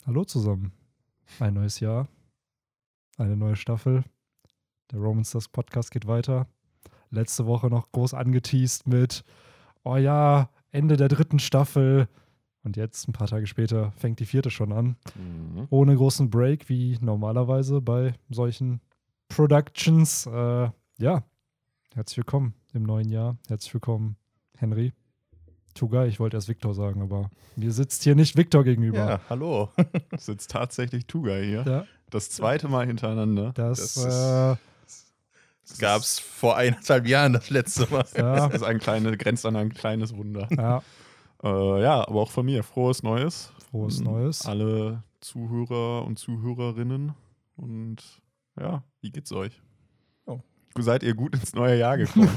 Hallo zusammen. Ein neues Jahr, eine neue Staffel. Der Romans Dusk Podcast geht weiter. Letzte Woche noch groß angeteased mit, oh ja, Ende der 3. Staffel. Und jetzt, ein paar Tage später, fängt die 4. schon an. Ohne großen Break, wie normalerweise bei solchen Productions. Ja, herzlich willkommen im neuen Jahr. Herzlich willkommen, Henry. Tugay, ich wollte erst Victor sagen, aber mir sitzt hier nicht Victor gegenüber. Ja, hallo. Sitzt tatsächlich Tugay hier. Ja. Das zweite Mal hintereinander. Das gab es vor 1,5 Jahren das letzte Mal. Ja. Das ist grenzt an ein kleines Wunder. Ja. Ja, aber auch von mir. Frohes Neues. Frohes Neues. Alle Zuhörer und Zuhörerinnen. Und ja, wie geht's euch? Oh. Seid ihr gut ins neue Jahr gekommen?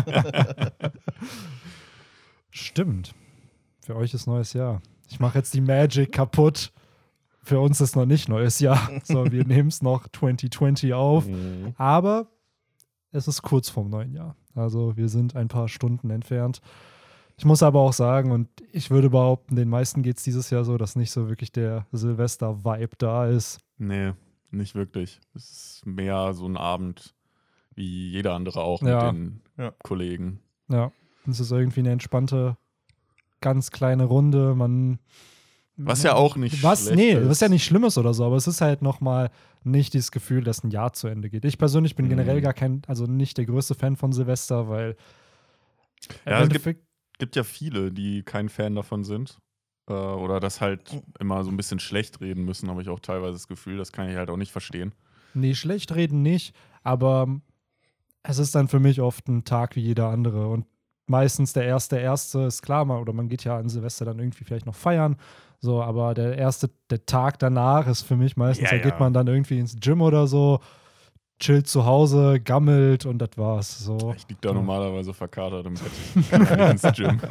Stimmt. Für euch ist neues Jahr. Ich mache jetzt die Magic kaputt. Für uns ist noch nicht neues Jahr. So, wir nehmen es noch 2020 auf. Aber es ist kurz vorm neuen Jahr. Also wir sind ein paar Stunden entfernt. Ich muss aber auch sagen, und ich würde behaupten, den meisten geht es dieses Jahr so, dass nicht so wirklich der Silvester-Vibe da ist. Nee, nicht wirklich. Es ist mehr so ein Abend wie jeder andere auch Ja. mit den Kollegen. Ja, es ist irgendwie eine entspannte, ganz kleine Runde. Was ja auch nicht schlecht ist. Was ja nicht schlimm ist oder so, aber es ist halt nochmal nicht dieses Gefühl, dass ein Jahr zu Ende geht. Ich persönlich bin generell nicht der größte Fan von Silvester, weil Ja, es gibt ja viele, die kein Fan davon sind. Oder das halt immer so ein bisschen schlecht reden müssen, habe ich auch teilweise das Gefühl. Das kann ich halt auch nicht verstehen. Nee, schlecht reden nicht, aber es ist dann für mich oft ein Tag wie jeder andere. Und meistens der erste ist klar, man geht ja an Silvester dann irgendwie vielleicht noch feiern. So, aber der Tag danach ist für mich meistens, da geht man dann irgendwie ins Gym oder so, chillt zu Hause, gammelt und das war's. So. Ich lieg da normalerweise verkatert im Bett. Kann ja nicht ins Gym.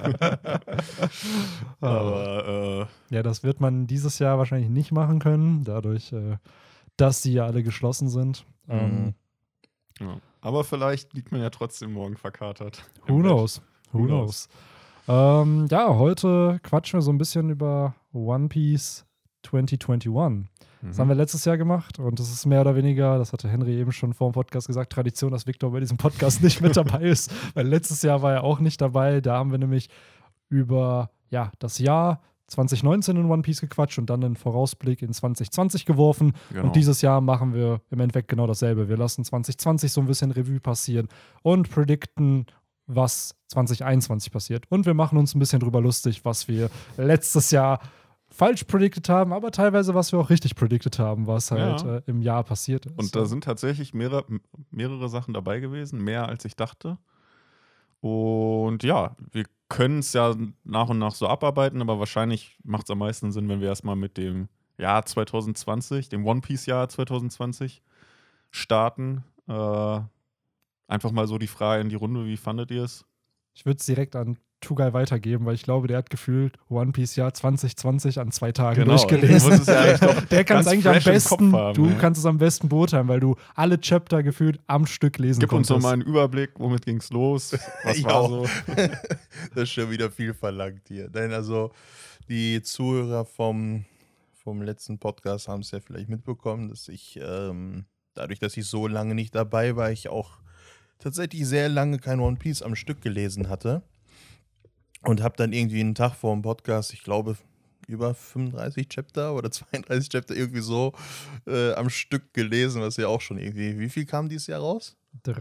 Aber ja, das wird man dieses Jahr wahrscheinlich nicht machen können, dadurch, dass die ja alle geschlossen sind. ja. Aber vielleicht liegt man ja trotzdem morgen verkatert. Who knows? Ja, heute quatschen wir so ein bisschen über One Piece 2021. Das haben wir letztes Jahr gemacht und das ist mehr oder weniger, das hatte Henry eben schon vor dem Podcast gesagt, Tradition, dass Victor bei diesem Podcast nicht mit dabei ist, weil letztes Jahr war er auch nicht dabei. Da haben wir nämlich über das Jahr 2019 in One Piece gequatscht und dann einen Vorausblick in 2020 geworfen. Genau. Und dieses Jahr machen wir im Endeffekt genau dasselbe. Wir lassen 2020 so ein bisschen Revue passieren und predikten, was 2021 passiert. Und wir machen uns ein bisschen drüber lustig, was wir letztes Jahr falsch predicted haben, aber teilweise, was wir auch richtig predicted haben, was halt im Jahr passiert ist. Und da sind tatsächlich mehrere Sachen dabei gewesen, mehr als ich dachte. Und ja, wir können es ja nach und nach so abarbeiten, aber wahrscheinlich macht es am meisten Sinn, wenn wir erstmal mit dem Jahr 2020, dem One Piece Jahr 2020 starten. Einfach mal so die Frage in die Runde, wie fandet ihr es? Ich würde es direkt an Tugay weitergeben, weil ich glaube, der hat gefühlt One Piece Jahr 2020 an 2 Tagen durchgelesen. Der kann es eigentlich am besten, kannst es am besten beurteilen, weil du alle Chapter gefühlt am Stück lesen Gib konntest. uns noch mal einen Überblick, womit ging es los? Was war so? Das ist schon wieder viel verlangt hier. Denn also die Zuhörer vom letzten Podcast haben es ja vielleicht mitbekommen, dass ich, dadurch, dass ich so lange nicht dabei war, ich auch tatsächlich sehr lange kein One Piece am Stück gelesen hatte. Und habe dann irgendwie einen Tag vor dem Podcast, ich glaube, über 35 Chapter oder 32 Chapter irgendwie so am Stück gelesen, was ja auch schon irgendwie, wie viel kam dieses Jahr raus?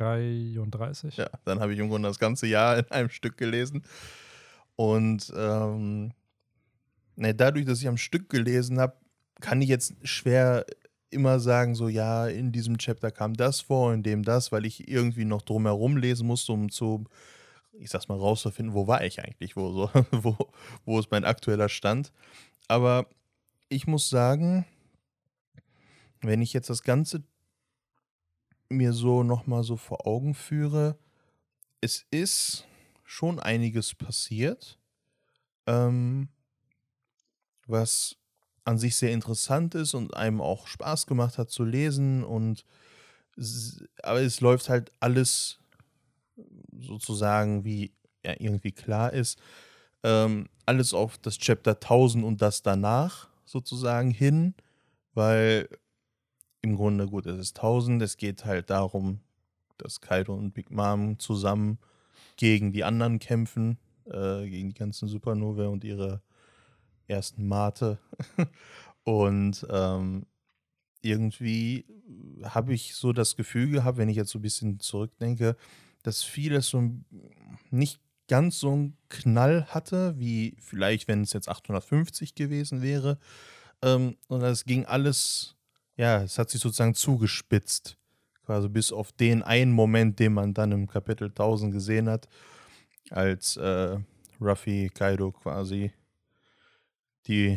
33. Ja, dann habe ich im Grunde das ganze Jahr in einem Stück gelesen. Und dadurch, dass ich am Stück gelesen habe, kann ich jetzt schwer immer sagen, so ja, in diesem Chapter kam das vor, in dem das, weil ich irgendwie noch drumherum lesen musste, um ich sag's mal, rauszufinden, wo war ich eigentlich, wo ist mein aktueller Stand. Aber ich muss sagen, wenn ich jetzt das Ganze mir so nochmal so vor Augen führe, es ist schon einiges passiert, was an sich sehr interessant ist und einem auch Spaß gemacht hat zu lesen. Aber es läuft halt alles sozusagen, wie ja irgendwie klar ist, alles auf das Chapter 1000 und das danach sozusagen hin, weil im Grunde, gut, es ist 1000, es geht halt darum, dass Kaido und Big Mom zusammen gegen die anderen kämpfen, gegen die ganzen Supernovae und ihre ersten Mate. Und irgendwie habe ich so das Gefühl gehabt, wenn ich jetzt so ein bisschen zurückdenke, dass vieles so nicht ganz so einen Knall hatte, wie vielleicht, wenn es jetzt 850 gewesen wäre. Und es ging alles, ja, es hat sich sozusagen zugespitzt. Quasi bis auf den einen Moment, den man dann im Kapitel 1000 gesehen hat, als Ruffy Kaido quasi die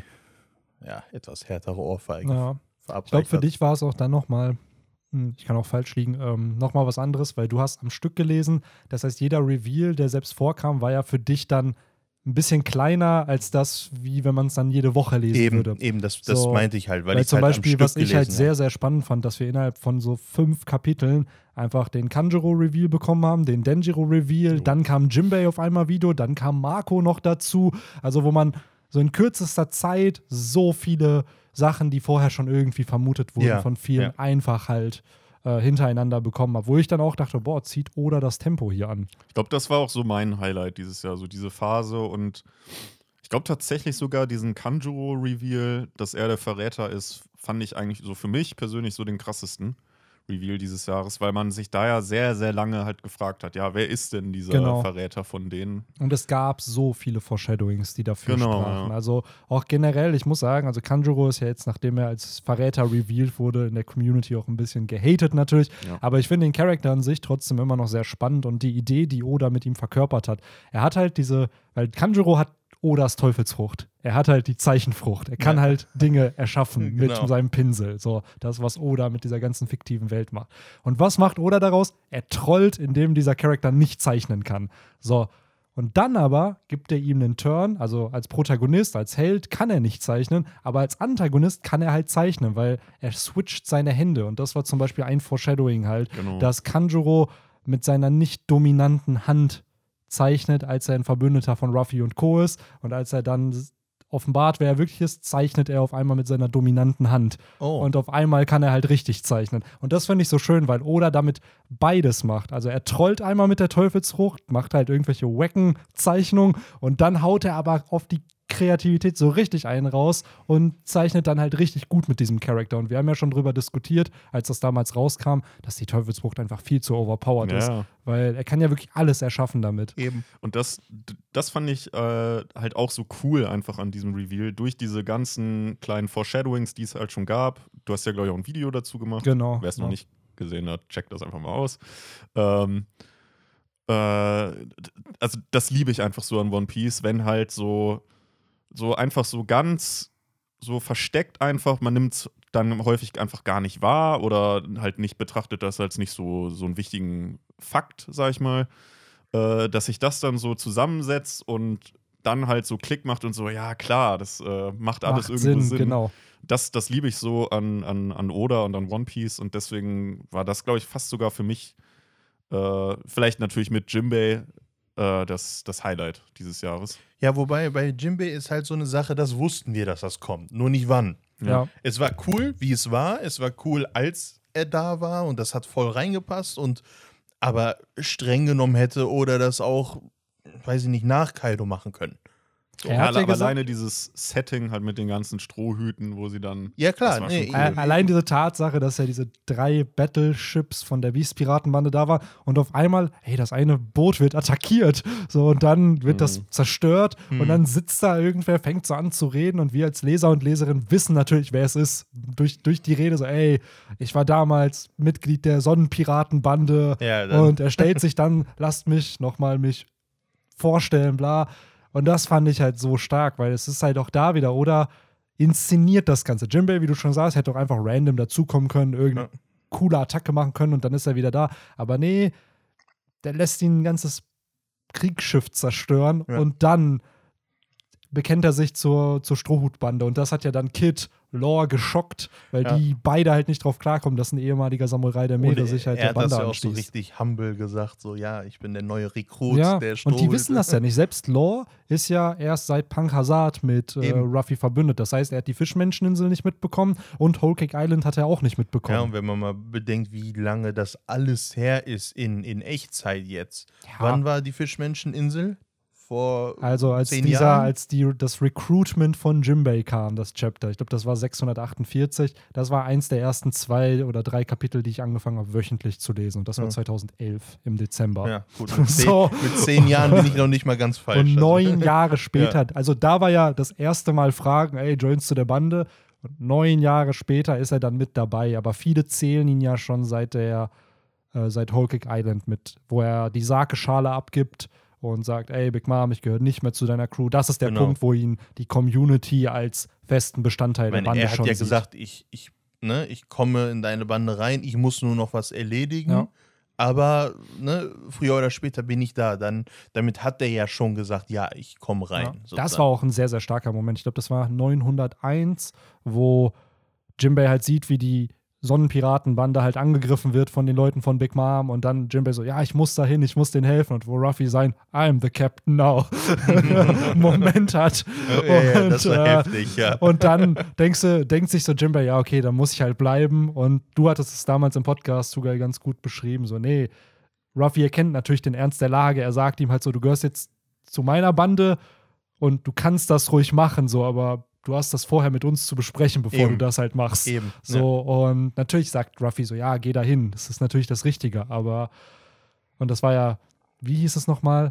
etwas härtere Ohrfeige verabreicht Ich glaube, für hat. dich war es auch dann nochmal, ich kann auch falsch liegen, nochmal was anderes, weil du hast am Stück gelesen. Das heißt, jeder Reveal, der selbst vorkam, war ja für dich dann ein bisschen kleiner als das, wie wenn man es dann jede Woche lesen würde. Eben, das So, meinte ich halt, weil Weil ich zum halt Beispiel, am Stück was ich halt gelesen sehr, habe. sehr spannend fand, dass wir innerhalb von so 5 Kapiteln einfach den Kanjuro-Reveal bekommen haben, den Denjiro-Reveal, dann kam Jinbei auf einmal wieder, dann kam Marco noch dazu. Also wo man so in kürzester Zeit so viele Sachen, die vorher schon irgendwie vermutet wurden, Ja, von vielen ja. einfach halt hintereinander bekommen habe. Wo ich dann auch dachte, boah, zieht Oda das Tempo hier an. Ich glaube, das war auch so mein Highlight dieses Jahr, so diese Phase. Und ich glaube tatsächlich sogar diesen Kanjuro-Reveal, dass er der Verräter ist, fand ich eigentlich so für mich persönlich so den krassesten Reveal dieses Jahres, weil man sich da ja sehr, sehr lange halt gefragt hat, ja, wer ist denn dieser Genau. Verräter von denen? Und es gab so viele Foreshadowings, die dafür Genau, sprachen. ja. Also auch generell, ich muss sagen, also Kanjuro ist ja jetzt, nachdem er als Verräter revealed wurde, in der Community auch ein bisschen gehatet natürlich. Ja. Aber ich finde den Charakter an sich trotzdem immer noch sehr spannend und die Idee, die Oda mit ihm verkörpert hat. Er hat halt weil Kanjuro hat Odas Teufelsfrucht. Er hat halt die Zeichenfrucht. Er kann halt Dinge erschaffen mit Genau. seinem Pinsel. So, das, was Oda mit dieser ganzen fiktiven Welt macht. Und was macht Oda daraus? Er trollt, indem dieser Charakter nicht zeichnen kann. So, und dann aber gibt er ihm einen Turn, also als Protagonist, als Held kann er nicht zeichnen, aber als Antagonist kann er halt zeichnen, weil er switcht seine Hände. Und das war zum Beispiel ein Foreshadowing halt, Genau. dass Kanjuro mit seiner nicht dominanten Hand zeichnet, als er ein Verbündeter von Ruffy und Co. ist. Und als er dann offenbart, wer er wirklich ist, zeichnet er auf einmal mit seiner dominanten Hand. Oh. Und auf einmal kann er halt richtig zeichnen. Und das finde ich so schön, weil Oda damit beides macht. Also er trollt einmal mit der Teufelsfrucht, macht halt irgendwelche Wacken-Zeichnungen und dann haut er aber auf die Kreativität so richtig einen raus und zeichnet dann halt richtig gut mit diesem Charakter. Und wir haben ja schon drüber diskutiert, als das damals rauskam, dass die Teufelsfrucht einfach viel zu overpowered ist. Ja. Weil er kann ja wirklich alles erschaffen damit. Eben. Und das fand ich halt auch so cool einfach an diesem Reveal, durch diese ganzen kleinen Foreshadowings, die es halt schon gab. Du hast ja, glaube ich, auch ein Video dazu gemacht. Genau. Wer es noch Ja. nicht gesehen hat, checkt das einfach mal aus. Also das liebe ich einfach so an One Piece, wenn halt so einfach so ganz so versteckt einfach, man nimmt es dann häufig einfach gar nicht wahr oder halt nicht betrachtet das als nicht so einen wichtigen Fakt, sag ich mal, dass sich das dann so zusammensetzt und dann halt so Klick macht und so, ja klar, das macht alles Macht irgendwo Sinn. Genau. Das liebe ich so an Oda und an One Piece und deswegen war das, glaube ich, fast sogar für mich vielleicht natürlich mit Jinbei das Highlight dieses Jahres. Ja, wobei bei Jinbei ist halt so eine Sache, das wussten wir, dass das kommt. Nur nicht wann. Ja. Es war cool, wie es war. Es war cool, als er da war und das hat voll reingepasst. Aber streng genommen hätte oder das auch, weiß ich nicht, nach Kaido machen können. Er Ja, hat ja aber gesagt, alleine dieses Setting halt mit den ganzen Strohhüten, wo sie dann. Ja, klar. Das war Nee, schon cool. allein diese Tatsache, dass ja diese 3 Battleships von der Beast-Piratenbande da waren und auf einmal, hey, das eine Boot wird attackiert. So, und dann wird das zerstört und dann sitzt da irgendwer, fängt so an zu reden und wir als Leser und Leserin wissen natürlich, wer es ist. Durch die Rede so, ey, ich war damals Mitglied der Sonnenpiratenbande Ja, dann- und er stellt sich dann, lasst mich nochmal mich vorstellen, bla. Und das fand ich halt so stark, weil es ist halt auch da wieder, oder inszeniert das Ganze. Jinbei, wie du schon sagst, hätte auch einfach random dazukommen können, irgendeine coole Attacke machen können und dann ist er wieder da. Aber nee, der lässt ihn ein ganzes Kriegsschiff zerstören Ja. und dann bekennt er sich zur Strohhutbande und das hat ja dann Kid Lore geschockt, weil Ja. die beide halt nicht drauf klarkommen, dass ein ehemaliger Samurai der Meere sich halt er der hat das Bande ja auch so anschließt. richtig humble gesagt, so ja, ich bin der neue Rekrut, Ja, der und die Strohhüte. wissen das ja nicht. Selbst Lore ist ja erst seit Punk Hazard mit Eben. Ruffy verbündet. Das heißt, er hat die Fischmenscheninsel nicht mitbekommen und Whole Cake Island hat er auch nicht Ja, mitbekommen. und wenn man mal bedenkt, wie lange das alles her ist in Echtzeit jetzt. Ja. Wann war die Fischmenscheninsel? Vor Also als 10 Jahren? das Recruitment von Jinbei kam, das Chapter, ich glaube, das war 648, das war eins der ersten 2 oder 3 Kapitel, die ich angefangen habe, wöchentlich zu lesen. Und das war Ja. 2011 im Dezember. Ja, gut. Mit 10, So. mit 10 Jahren bin ich noch nicht mal ganz falsch. Und 9 Also, Jahre später, also da war ja das erste Mal Fragen, ey, joinst du der Bande? Und 9 Jahre später ist er dann mit dabei. Aber viele zählen ihn ja schon seit Whole Cake Island mit, wo er die Sake-Schale abgibt und sagt, ey, Big Mom, ich gehöre nicht mehr zu deiner Crew. Das ist der Genau. Punkt, wo ihn die Community als festen Bestandteil ich der meine, Bande er hat schon ja sieht. gesagt, ich komme in deine Bande rein, ich muss nur noch was erledigen. Ja. Aber früher oder später bin ich da. Damit hat er ja schon gesagt, ja, ich komme rein. Ja. Das sozusagen. war auch ein sehr, sehr starker Moment. Ich glaube, das war 901, wo Jinbei halt sieht, wie die Sonnenpiratenbande halt angegriffen wird von den Leuten von Big Mom und dann Jinbei so, ja, ich muss dahin, ich muss denen helfen und wo Ruffy sein I'm the Captain now Moment hat. Ja, das war Und, heftig, ja. Und dann denkt sich so Jinbei, ja, okay, dann muss ich halt bleiben. Und du hattest es damals im Podcast sogar ganz gut beschrieben, so, nee, Ruffy erkennt natürlich den Ernst der Lage. Er sagt ihm halt so, du gehörst jetzt zu meiner Bande und du kannst das ruhig machen, so, aber du hast das vorher mit uns zu besprechen, bevor Eben. du das halt machst. Eben. So, und natürlich sagt Ruffy so, ja, geh da hin. Das ist natürlich das Richtige, aber und das war ja, wie hieß es nochmal?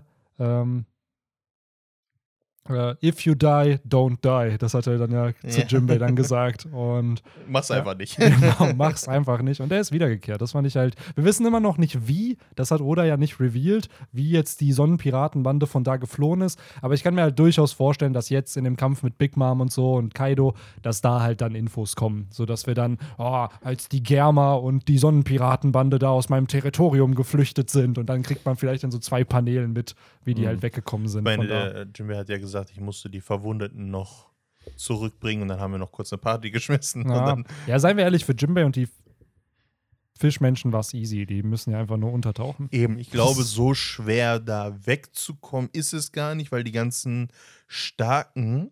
If you die, don't die. Das hat er dann ja zu Ja. Jinbei dann gesagt. Und Mach's einfach nicht. genau, mach's einfach nicht. Und er ist wiedergekehrt. Das fand ich halt. Wir wissen immer noch nicht, wie. Das hat Oda ja nicht revealed, wie jetzt die Sonnenpiratenbande von da geflohen ist. Aber ich kann mir halt durchaus vorstellen, dass jetzt in dem Kampf mit Big Mom und so und Kaido, dass da halt dann Infos kommen. Sodass wir dann, als die Germa und die Sonnenpiratenbande da aus meinem Territorium geflüchtet sind. Und dann kriegt man vielleicht in so 2 Paneelen mit, wie die halt weggekommen sind. Ich meine, von da. der Jinbei hat ja gesagt, ich musste die Verwundeten noch zurückbringen und dann haben wir noch kurz eine Party geschmissen. Und Ja. dann, Ja, seien wir ehrlich, für Jinbei und die Fischmenschen war es easy. Die müssen ja einfach nur untertauchen. eben, ich glaube, so schwer da wegzukommen ist es gar nicht, weil die ganzen Starken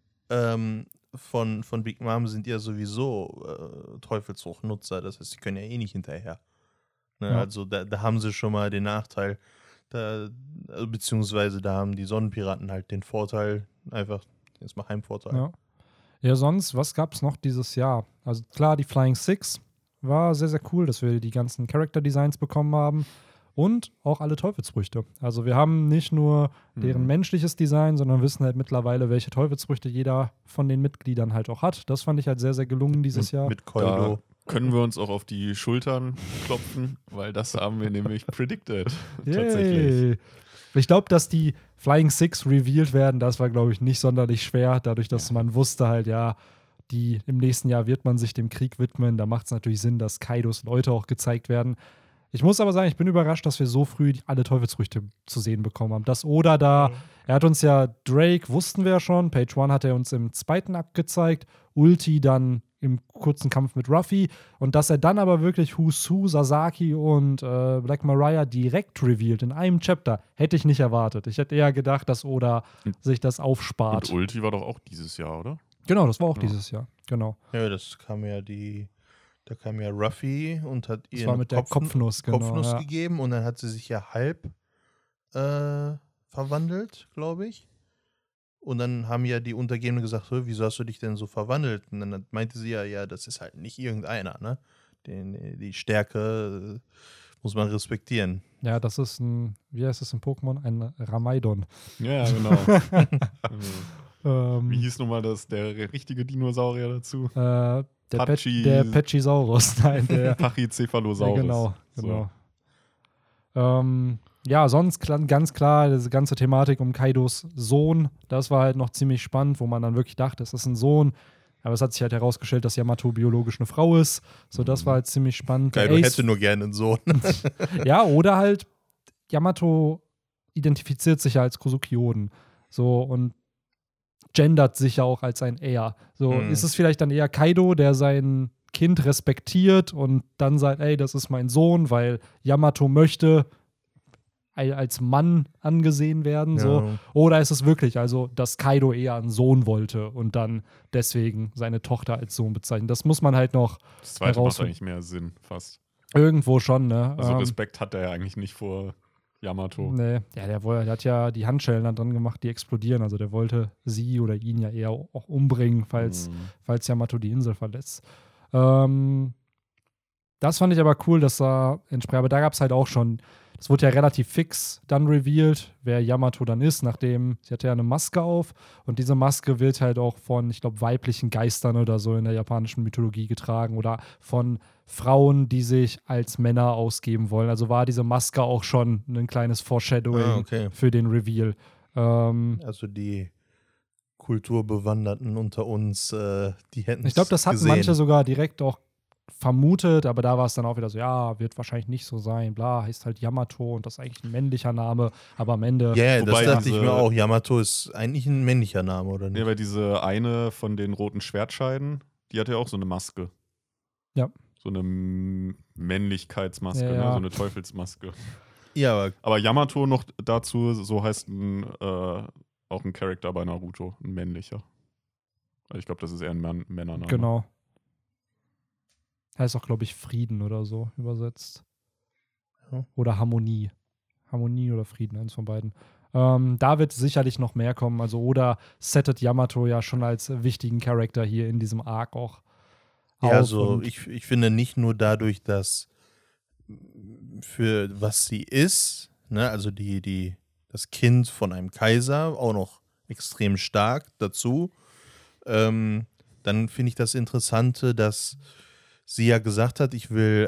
von Big Mom sind ja sowieso Teufelsfruchtnutzer. Das heißt, sie können ja eh nicht hinterher. Ne? Ja. Also da haben sie schon mal den Nachteil. Beziehungsweise da haben die Sonnenpiraten halt den Vorteil, einfach jetzt mal Heimvorteil. Ja. Ja, sonst, was gab es noch dieses Jahr? Also klar, die Flying Six war sehr, sehr cool, dass wir die ganzen Character-Designs bekommen haben und auch alle Teufelsfrüchte. Also wir haben nicht nur deren menschliches Design, sondern wissen halt mittlerweile, welche Teufelsfrüchte jeder von den Mitgliedern halt auch hat. Das fand ich halt sehr, sehr gelungen dieses Jahr. Mit Kaido. Können wir uns auch auf die Schultern klopfen, weil das haben wir nämlich predicted. Tatsächlich. Yay. Ich glaube, dass die Flying Six revealed werden, das war, glaube ich, nicht sonderlich schwer, dadurch, dass man wusste halt, ja, im nächsten Jahr wird man sich dem Krieg widmen. Da macht es natürlich Sinn, dass Kaidos Leute auch gezeigt werden. Ich muss aber sagen, ich bin überrascht, dass wir so früh alle Teufelsfrüchte zu sehen bekommen haben. Das Oda da, er hat uns ja Drake, wussten wir ja schon, Page 1 hat er uns im 2. Akt gezeigt, Ulti dann im kurzen Kampf mit Ruffy und dass er dann aber wirklich Who's Who, Sasaki und Black Mariah direkt revealed in einem Chapter, hätte ich nicht erwartet. Ich hätte eher gedacht, dass Oda sich das aufspart. Und Ulti war doch auch dieses Jahr, oder? Genau, das war auch Ja. dieses Jahr. Genau. Ja, da kam ja Ruffy und hat Das ihr war mit der Kopfnuss, genau. Kopfnuss Ja. gegeben und dann hat sie sich ja halb verwandelt, glaube ich. Und dann haben ja die Untergebenen gesagt, wieso hast du dich denn so verwandelt? Und dann meinte sie ja, das ist halt nicht irgendeiner, ne? Die Stärke muss man respektieren. Ja, das ist wie heißt es in Pokémon? Ein Ramaidon. Ja, genau. Ähm, Wie hieß nochmal der richtige Dinosaurier dazu? der Pachi- der Pachysaurus. Nein, der. Pachycephalosaurus. Genau. So. Ja, sonst ganz klar, diese ganze Thematik um Kaidos Sohn, das war halt noch ziemlich spannend, wo man dann wirklich dachte, es ist ein Sohn. Aber es hat sich halt herausgestellt, dass Yamato biologisch eine Frau ist. So, das war halt ziemlich spannend. Der Kaido Ace- hätte nur gerne einen Sohn. Ja, oder halt Yamato identifiziert sich ja als Kozuki Oden. So, und gendert sich ja auch als ein Er. So ist es vielleicht dann eher Kaido, der sein Kind respektiert und dann sagt, ey, das ist mein Sohn, weil Yamato möchte als Mann angesehen werden, so. Ja. Oder ist es wirklich, also, dass Kaido eher einen Sohn wollte und dann deswegen seine Tochter als Sohn bezeichnet. Das muss man halt noch Das zweite macht herausfinden. eigentlich mehr Sinn, fast. Irgendwo schon, ne? Also Respekt hat er ja eigentlich nicht vor Yamato. Nee, ja, der hat ja die Handschellen dann dran gemacht, die explodieren. Also der wollte sie oder ihn ja eher auch umbringen, falls Yamato die Insel verlässt. Das fand ich aber cool, dass da entsprechend, aber da gab es halt auch schon, das wurde ja relativ fix dann revealed, wer Yamato dann ist, nachdem, sie hatte ja eine Maske auf und diese Maske wird halt auch von, ich glaube, weiblichen Geistern oder so in der japanischen Mythologie getragen oder von Frauen, die sich als Männer ausgeben wollen. Also war diese Maske auch schon ein kleines Foreshadowing für den Reveal. Also die Kulturbewanderten unter uns, die hätten es Ich glaube, das hatten gesehen. manche sogar direkt auch vermutet, aber da war es dann auch wieder so, ja, wird wahrscheinlich nicht so sein, bla, heißt halt Yamato und das ist eigentlich ein männlicher Name, aber am Ende. Ja, das Wobei dachte ich diese- mir auch. Yamato ist eigentlich ein männlicher Name, oder nicht? Ja, weil diese eine von den roten Schwertscheiden, die hatte ja auch so eine Maske. Ja. So eine Männlichkeitsmaske, Ja. ne? So eine Teufelsmaske. Ja, aber Aber Yamato noch dazu, so heißt auch ein Charakter bei Naruto, ein männlicher. Also ich glaube, das ist eher ein Männername. Genau. Heißt auch, glaube ich, Frieden oder so übersetzt. Ja. Oder Harmonie. Harmonie oder Frieden, eins von beiden. Da wird sicherlich noch mehr kommen. Also, oder settet Yamato ja schon als wichtigen Charakter hier in diesem Arc auch Ja, auf. also und- ich finde nicht nur dadurch, dass für was sie ist, ne, also das Kind von einem Kaiser, auch noch extrem stark dazu. Dann finde ich das Interessante, dass sie ja gesagt hat, ich will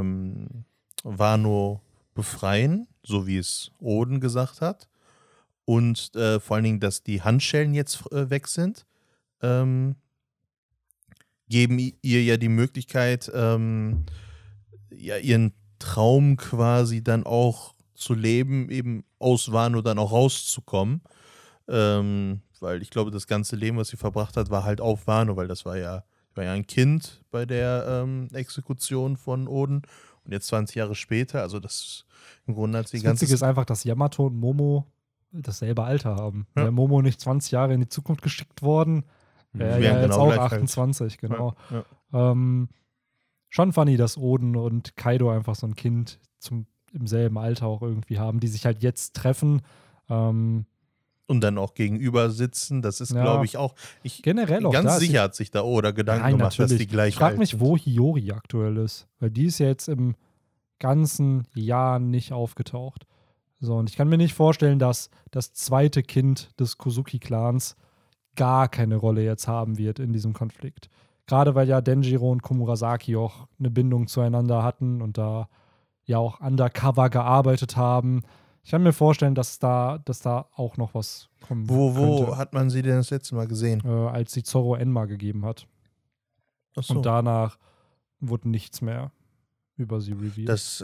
Wano befreien, so wie es Oden gesagt hat. Und vor allen Dingen, dass die Handschellen jetzt weg sind. Geben ihr ja die Möglichkeit, ja, ihren Traum quasi dann auch zu leben, eben aus Wano dann auch rauszukommen. Weil ich glaube, das ganze Leben, was sie verbracht hat, war halt auf Wano, weil das war ja ein Kind bei der Exekution von Oden. Und jetzt 20 Jahre später, also das im Grunde hat sie Das die ganze Witzige ist einfach, dass Yamato und Momo dasselbe Alter haben. Ja. Wäre Momo nicht 20 Jahre in die Zukunft geschickt worden, wäre Wären ja jetzt genau auch gleich alt. 28, genau. Ja. Schon funny, dass Oden und Kaido einfach so ein Kind im selben Alter auch irgendwie haben, die sich halt jetzt treffen. Und dann auch gegenüber sitzen, das ist, Ja. glaube ich, auch. Generell auch ganz da ist sicher hat sich da Oda Gedanken Nein, gemacht, dass natürlich. die gleich Ich frage alt mich, sind. wo Hiyori aktuell ist. Weil die ist ja jetzt im ganzen Jahr nicht aufgetaucht. So, und ich kann mir nicht vorstellen, dass das zweite Kind des Kozuki-Clans gar keine Rolle jetzt haben wird in diesem Konflikt. Gerade weil ja Denjiro und Komurasaki auch eine Bindung zueinander hatten und da ja auch undercover gearbeitet haben. Ich kann mir vorstellen, dass da auch noch was kommen Wo könnte, hat man sie denn das letzte Mal gesehen? als sie Zorro Enma gegeben hat. Achso. Und danach wurde nichts mehr über sie revealed.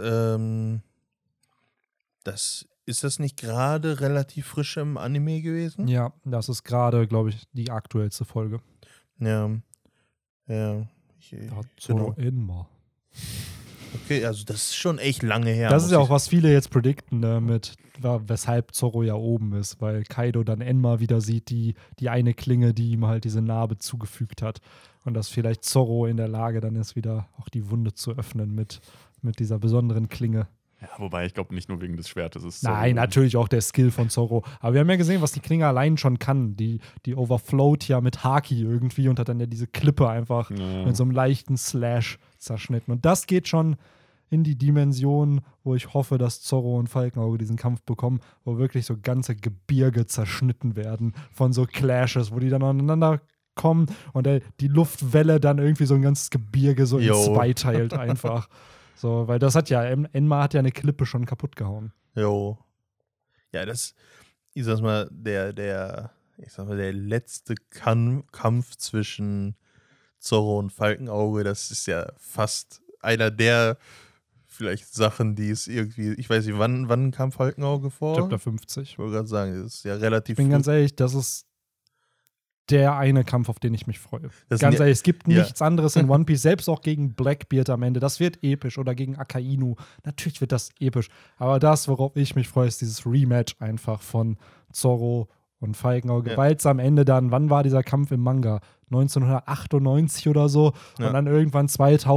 Das ist das nicht gerade relativ frisch im Anime gewesen? Ja, das ist gerade, glaube ich, die aktuellste Folge. Ja. Da hat Zorro Genau. Enma. Okay, also das ist schon echt lange her. Das ist ja muss auch, was viele jetzt predikten, ne, weshalb Zorro ja oben ist, weil Kaido dann Enma wieder sieht, die eine Klinge, die ihm halt diese Narbe zugefügt hat. Und dass vielleicht Zorro in der Lage dann ist, wieder auch die Wunde zu öffnen mit dieser besonderen Klinge. Ja, wobei ich glaube nicht nur wegen des Schwertes ist. Nein, natürlich auch der Skill von Zorro. Aber wir haben ja gesehen, was die Klinge allein schon kann. Die overflowt ja mit Haki irgendwie und hat dann ja diese Klippe einfach mit so einem leichten Slash zerschnitten. Und das geht schon in die Dimension, wo ich hoffe, dass Zorro und Falkenauge diesen Kampf bekommen, wo wirklich so ganze Gebirge zerschnitten werden von so Clashes, wo die dann aneinander kommen und die Luftwelle dann irgendwie so ein ganzes Gebirge so in zwei teilt einfach. So, weil das hat ja, Enma hat ja eine Klippe schon kaputt gehauen. Jo. Ja, ich sag mal, der letzte Kampf zwischen Zorro und Falkenauge, das ist ja fast einer der vielleicht Sachen, die es irgendwie, ich weiß nicht, wann kam Falkenauge vor? Chapter 50. Ich wollte gerade sagen, das ist ja relativ Ich bin ganz ehrlich, das ist der eine Kampf, auf den ich mich freue. Das Ganz sind ehrlich, es gibt ja. nichts anderes in One Piece, selbst auch gegen Blackbeard am Ende. Das wird episch. Oder gegen Akainu. Natürlich wird das episch. Aber das, worauf ich mich freue, ist dieses Rematch einfach von Zorro und Falkenauge. Ja. Weil es am Ende dann, wann war dieser Kampf im Manga? 1998 oder so. Ja. Und dann irgendwann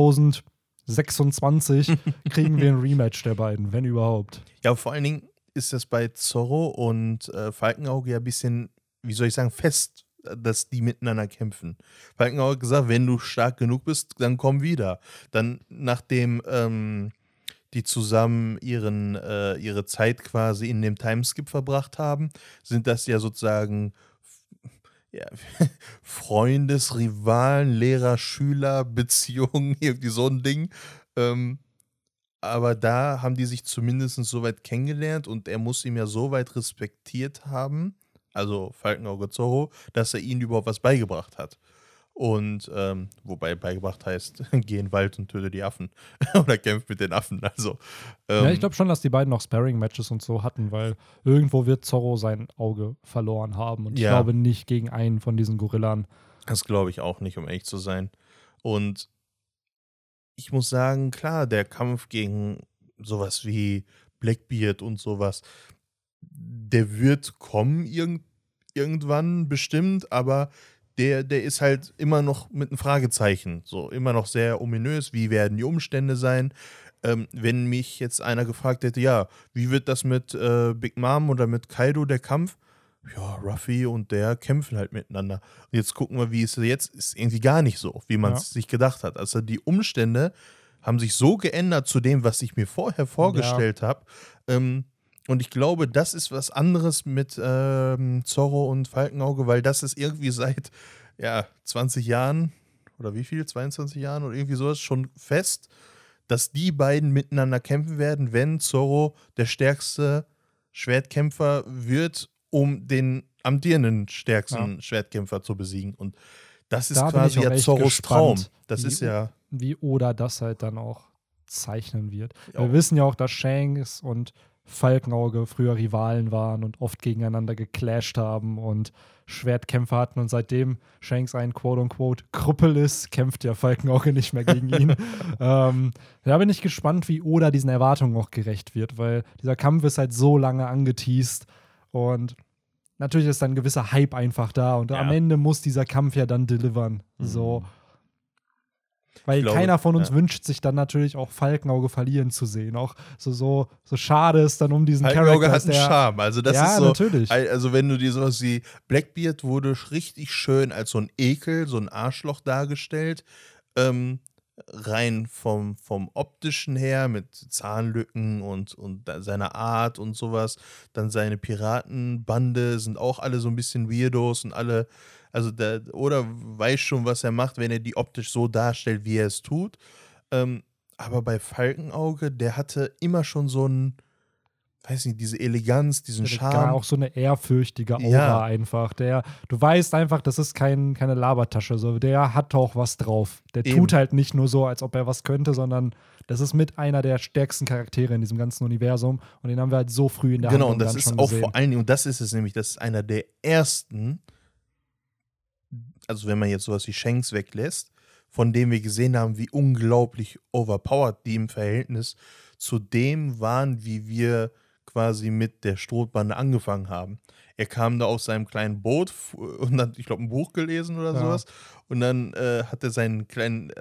2026 kriegen wir ein Rematch der beiden, wenn überhaupt. Ja, vor allen Dingen ist das bei Zorro und Falkenauge ja ein bisschen, wie soll ich sagen, fest, dass die miteinander kämpfen. Falkenauge hat gesagt, wenn du stark genug bist, dann komm wieder. Dann, nachdem die zusammen ihre Zeit quasi in dem Timeskip verbracht haben, sind das ja sozusagen ja, Freundes-, Rivalen-, Lehrer-, Schüler-Beziehungen, irgendwie so ein Ding. Aber da haben die sich zumindest so weit kennengelernt und er muss ihm ja so weit respektiert haben, also Falkenauge Zorro, dass er ihnen überhaupt was beigebracht hat. Und wobei beigebracht heißt, geh in den Wald und töte die Affen. Oder kämpf mit den Affen. Also, Ja, ich glaube schon, dass die beiden noch Sparring-Matches und so hatten, weil irgendwo wird Zorro sein Auge verloren haben. Und ich Ja. glaube nicht gegen einen von diesen Gorillan. das glaube ich auch nicht, um ehrlich zu sein. Und ich muss sagen, klar, der Kampf gegen sowas wie Blackbeard und sowas, der wird kommen irgendwann bestimmt, aber der ist halt immer noch mit einem Fragezeichen. So, immer noch sehr ominös. Wie werden die Umstände sein? Wenn mich jetzt einer gefragt hätte, ja, wie wird das mit Big Mom oder mit Kaido der Kampf? Ja, Ruffy und der kämpfen halt miteinander. Und jetzt gucken wir, wie es jetzt ist. Irgendwie gar nicht so, wie man es sich gedacht hat. Also die Umstände haben sich so geändert zu dem, was ich mir vorher vorgestellt habe. Und ich glaube, das ist was anderes mit Zorro und Falkenauge, weil das ist irgendwie seit 20 Jahren oder wie viel? 22 Jahren oder irgendwie sowas schon fest, dass die beiden miteinander kämpfen werden, wenn Zorro der stärkste Schwertkämpfer wird, um den amtierenden stärksten Schwertkämpfer zu besiegen. Und das ist Da bin ich quasi auch ja echt Zorros Traum. gespannt, Das ist ja. wie Oda das halt dann auch zeichnen wird. Ja. Wir wissen ja auch, dass Shanks und Falkenauge früher Rivalen waren und oft gegeneinander geclasht haben und Schwertkämpfe hatten. Und seitdem Shanks ein quote-unquote Krüppel ist, kämpft ja Falkenauge nicht mehr gegen ihn. Da bin ich gespannt, wie Oda diesen Erwartungen auch gerecht wird, weil dieser Kampf ist halt so lange angeteast und natürlich ist dann ein gewisser Hype einfach da und am Ende muss dieser Kampf ja dann delivern. So. Weil keiner von uns wünscht sich dann natürlich auch Falkenauge verlieren zu sehen. Auch so schade ist dann um diesen Falkenauge Charakter. hat einen Charme. Also das ist so, natürlich. Also wenn du dir sowas wie Blackbeard wurde richtig schön als so ein Ekel, so ein Arschloch dargestellt. Rein vom optischen her mit Zahnlücken und seiner Art und sowas. Dann seine Piratenbande sind auch alle so ein bisschen Weirdos und alle, also oder weiß schon, was er macht, wenn er die optisch so darstellt, wie er es tut. Aber bei Falkenauge, der hatte immer schon so ein, weiß nicht, diese Eleganz, diesen Charme. Auch so eine ehrfürchtige Aura einfach. Du weißt einfach, das ist keine Labertasche. So, der hat auch was drauf. Der tut halt nicht nur so, als ob er was könnte, sondern das ist mit einer der stärksten Charaktere in diesem ganzen Universum. Und den haben wir halt so früh in der Handlung und das ist schon auch gesehen. vor allen Dingen, und das ist es nämlich, das ist einer der ersten, also wenn man jetzt sowas wie Shanks weglässt, von dem wir gesehen haben, wie unglaublich overpowered die im Verhältnis zu dem waren, wie wir quasi mit der Strohbande angefangen haben. Er kam da auf seinem kleinen Boot und hat, ich glaube, ein Buch gelesen oder sowas. Und dann hat er seinen kleinen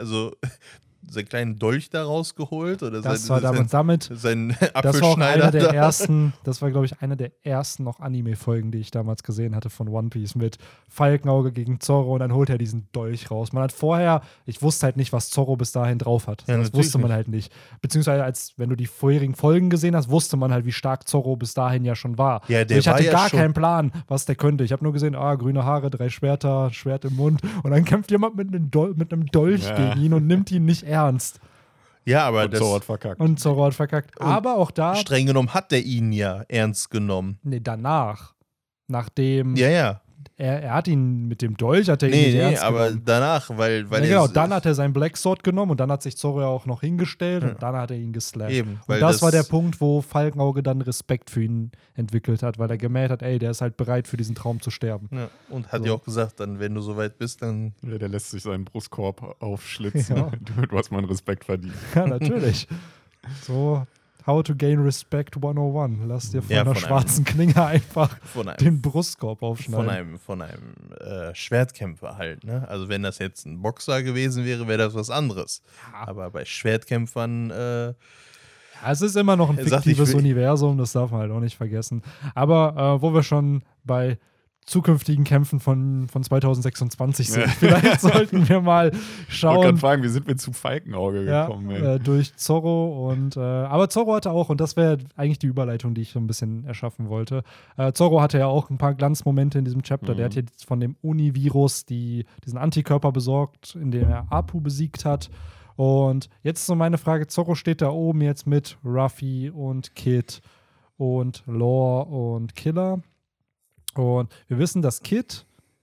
Dolch da rausgeholt. Oder das seinen Apfelschneider. Das war, glaube ich, eine der ersten noch Anime-Folgen, die ich damals gesehen hatte von One Piece mit Falkenauge gegen Zorro und dann holt er diesen Dolch raus. Man hat vorher, ich wusste halt nicht, was Zorro bis dahin drauf hat. Ja, das wusste man halt nicht. Beziehungsweise, wenn du die vorherigen Folgen gesehen hast, wusste man halt, wie stark Zorro bis dahin ja schon war. Ja, ich hatte gar keinen Plan, was der könnte. Ich habe nur gesehen, grüne Haare, 3 Schwerter, Schwert im Mund und dann kämpft jemand mit einem Dolch gegen ihn und nimmt ihn nicht ernst. Ja, aber und Zorro hat verkackt. Und Zorro hat verkackt. Aber auch da. Streng genommen hat er ihn ja ernst genommen. Nee, danach. Nachdem Ja. er hat ihn mit dem Dolch, hat er ihn nicht ernst aber genommen. danach, weil Ja, genau, dann hat er sein Black Sword genommen und dann hat sich Zorro ja auch noch hingestellt und dann hat er ihn geslasht. Eben, weil und das war der Punkt, wo Falkenauge dann Respekt für ihn entwickelt hat, weil er gemerkt hat, ey, der ist halt bereit für diesen Traum zu sterben. Ja, und hat So. ja auch gesagt, dann, wenn du soweit bist, dann. Ja, der lässt sich seinen Brustkorb aufschlitzen. Ja. Du hast mal einen Respekt verdient. Ja, natürlich. So, How to Gain Respect 101. Lass dir von Ja, einer von schwarzen Klinge einfach Von einem, den Brustkorb aufschneiden. von einem Schwertkämpfer halt, ne? Also wenn das jetzt ein Boxer gewesen wäre, wäre das was anderes. Aber bei Schwertkämpfern, Ja, es ist immer noch ein Er sagt, fiktives ich will- Universum, das darf man halt auch nicht vergessen. Aber wo wir schon bei zukünftigen Kämpfen von 2026 sind, Ja. vielleicht sollten wir mal Ich wollte schauen. gerade fragen, wie sind wir zu Falkenauge gekommen? ey? Durch Zorro aber Zorro hatte auch, und das wäre eigentlich die Überleitung, die ich so ein bisschen erschaffen wollte. Zorro hatte ja auch ein paar Glanzmomente in diesem Chapter. Der hat jetzt von dem Univirus diesen Antikörper besorgt, in dem er Apu besiegt hat. Und jetzt ist so meine Frage: Zorro steht da oben jetzt mit Ruffy und Kid und Lore und Killer. Und wir wissen, dass Kid,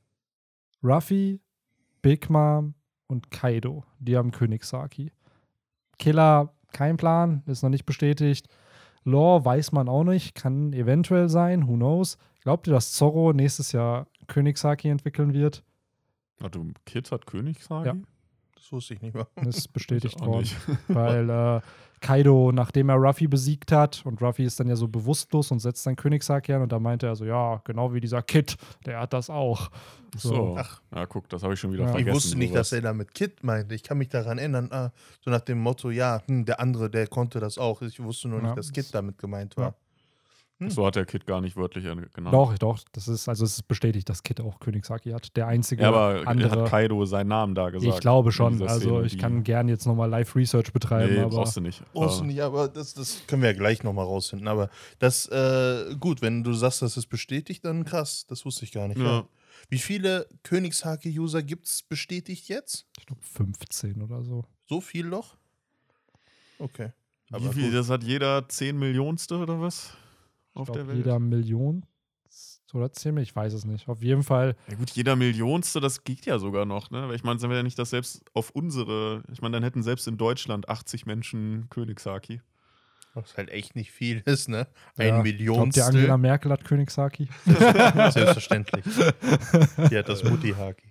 Ruffy, Big Mom und Kaido, die haben Königssaki. Killer, kein Plan, ist noch nicht bestätigt. Lore weiß man auch nicht, kann eventuell sein, who knows. Glaubt ihr, dass Zorro nächstes Jahr Königssaki entwickeln wird? Warte, Kid hat Königssage? Ja. das wusste ich nicht mehr. Das ist bestätigt Ich auch worden. nicht. Weil Kaido, nachdem er Ruffy besiegt hat, und Ruffy ist dann ja so bewusstlos und setzt sein Königssaki an, und da meinte er so, ja, genau wie dieser Kid, der hat das auch. So. Ach. Ja, guck, das habe ich schon wieder Ja. vergessen. Ich wusste nicht, sowas. dass er da mit Kid meinte. Ich kann mich daran erinnern, so nach dem Motto, ja, der andere, der konnte das auch. Ich wusste nur Ja. nicht, dass Kid damit gemeint war. So hat der Kid gar nicht wörtlich genannt. Doch, es ist bestätigt, dass Kid auch Königssaki hat. Der einzige Ja, aber andere. hat Kaido seinen Namen da gesagt? Ich glaube in schon. dieser Also Szene, ich die- kann gern jetzt nochmal Live-Research betreiben. Nee, aber brauchst du nicht. Brauchst du nicht, aber das können wir ja gleich nochmal rausfinden. Aber das, gut, wenn du sagst, das ist bestätigt, dann krass. Das wusste ich gar nicht. Ja. Ja. Wie viele Königshake-User gibt es bestätigt jetzt? ich glaube 15 oder so. So viel noch? Okay. Wie viel? Das hat jeder 10 Millionste oder was? Auf Ich der glaube, Welt? jeder Million oder 10, ich weiß es nicht. Auf jeden Fall. Ja gut, jeder Millionste, das geht ja sogar noch, ne? Weil ich meine, sind wir ja nicht das selbst auf unsere, ich meine, dann hätten selbst in Deutschland 80 Menschen Königssaki. Was halt echt nicht viel ist, ne? Ja, Ein Glaubt ihr, Millionstel. Angela Merkel hat Königssaki? Selbstverständlich. Die hat das Mutti-Haki.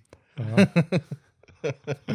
Ja.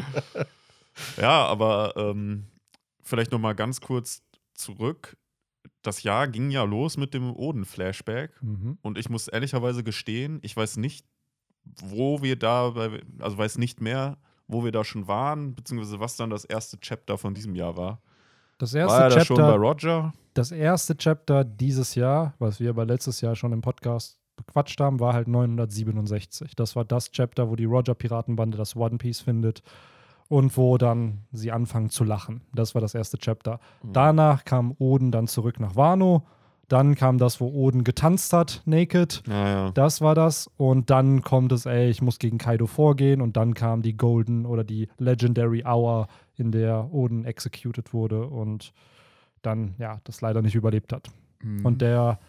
Ja, aber vielleicht noch mal ganz kurz zurück. Das Jahr ging ja los mit dem Oden-Flashback. Mhm. Und ich muss ehrlicherweise gestehen, ich weiß nicht, wo wir da, also weiß nicht mehr, wo wir da schon waren, beziehungsweise was dann das erste Chapter von diesem Jahr war. Das War erste er da schon bei Chapter, Roger? das erste Chapter dieses Jahr, was wir aber letztes Jahr schon im Podcast bequatscht haben, war halt 967. Das war das Chapter, wo die Roger-Piratenbande das One Piece findet und wo dann sie anfangen zu lachen. Das war das erste Chapter. Danach kam Oden dann zurück nach Wano. Dann kam das, wo Oden getanzt hat, naked. Ja. Das war das. Und dann kommt es, ey, ich muss gegen Kaido vorgehen. Und dann kam die Golden oder die Legendary Hour, in der Oden executed wurde und dann, ja, das leider nicht überlebt hat. Und der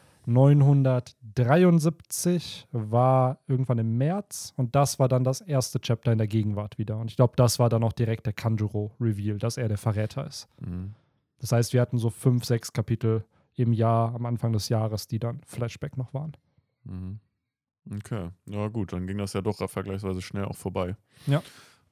973 war irgendwann im März und das war dann das erste Chapter in der Gegenwart wieder. Und ich glaube, das war dann auch direkt der Kanjuro-Reveal, dass er der Verräter ist. Mhm. Das heißt, wir hatten so 5, 6 Kapitel im Jahr, am Anfang des Jahres, die dann Flashback noch waren. Mhm. Okay, ja gut, dann ging das ja doch vergleichsweise schnell auch vorbei. Ja.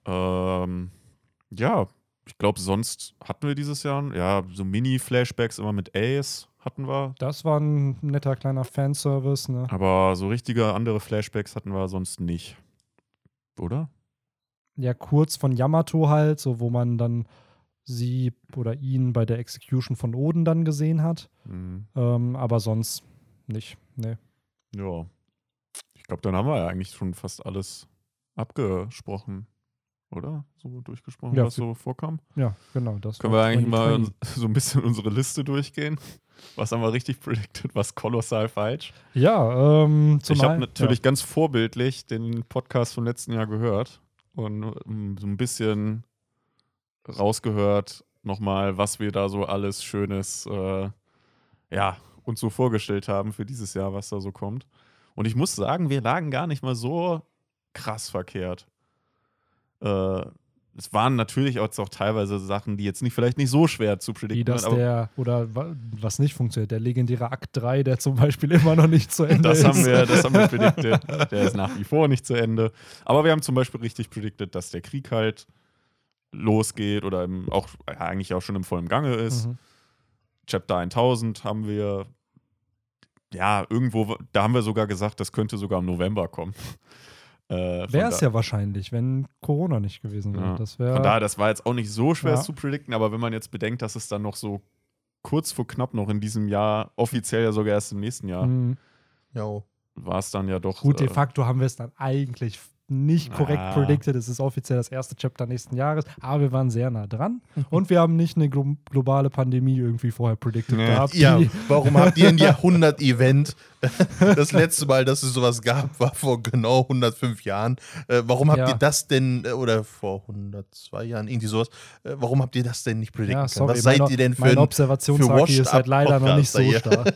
Ja, ich glaube, sonst hatten wir dieses Jahr, ja, so Mini-Flashbacks immer mit Ace hatten wir. Das war ein netter kleiner Fanservice, ne? Aber so richtige andere Flashbacks hatten wir sonst nicht. Oder? Ja, kurz von Yamato halt, so wo man dann sie oder ihn bei der Execution von Oden dann gesehen hat. Mhm. Aber sonst nicht, ne. Ja. Ich glaube, dann haben wir ja eigentlich schon fast alles abgesprochen. Oder? So durchgesprochen, Ja, was so vorkam. Ja, genau. Das Können wir war eigentlich mal 2020. so ein bisschen unsere Liste durchgehen? Was haben wir richtig predicted? Was kolossal falsch? Ja, Ich habe natürlich ganz vorbildlich den Podcast vom letzten Jahr gehört und so ein bisschen rausgehört nochmal, was wir da so alles Schönes uns so vorgestellt haben für dieses Jahr, was da so kommt. Und ich muss sagen, wir lagen gar nicht mal so krass verkehrt. Es waren natürlich auch teilweise Sachen, die jetzt vielleicht nicht so schwer zu Wie predikten das waren. was nicht funktioniert. Der legendäre Akt 3, der zum Beispiel immer noch nicht zu Ende Das ist. haben wir prediktet. Der ist nach wie vor nicht zu Ende. Aber wir haben zum Beispiel richtig prediktet, dass der Krieg halt losgeht oder eigentlich auch schon im vollen Gange ist. Mhm. Chapter 1000 haben wir, ja, irgendwo, da haben wir sogar gesagt, das könnte sogar im November kommen. Wäre es ja wahrscheinlich, wenn Corona nicht gewesen wäre. Ja. Das wär, Von daher, das war jetzt auch nicht so schwer Ja. zu predikten, aber wenn man jetzt bedenkt, dass es dann noch so kurz vor knapp noch in diesem Jahr, offiziell ja sogar erst im nächsten Jahr, Ja. war es dann ja doch. Gut, de facto haben wir es dann eigentlich nicht korrekt predicted. Es ist offiziell das erste Chapter nächsten Jahres, aber wir waren sehr nah dran. Und wir haben nicht eine globale Pandemie irgendwie vorher predicted Nee. gehabt. Ja, die- warum habt ihr ein Jahrhundert-Event? Das letzte Mal, dass es sowas gab, war vor genau 105 Jahren. Warum habt Ja. ihr das denn, oder vor 102 Jahren, irgendwie sowas, warum habt ihr das denn nicht predikten Ja, können? sorry, Was seid ihr denn für mein ein Observationshaki ist halt leider noch nicht so Podcaster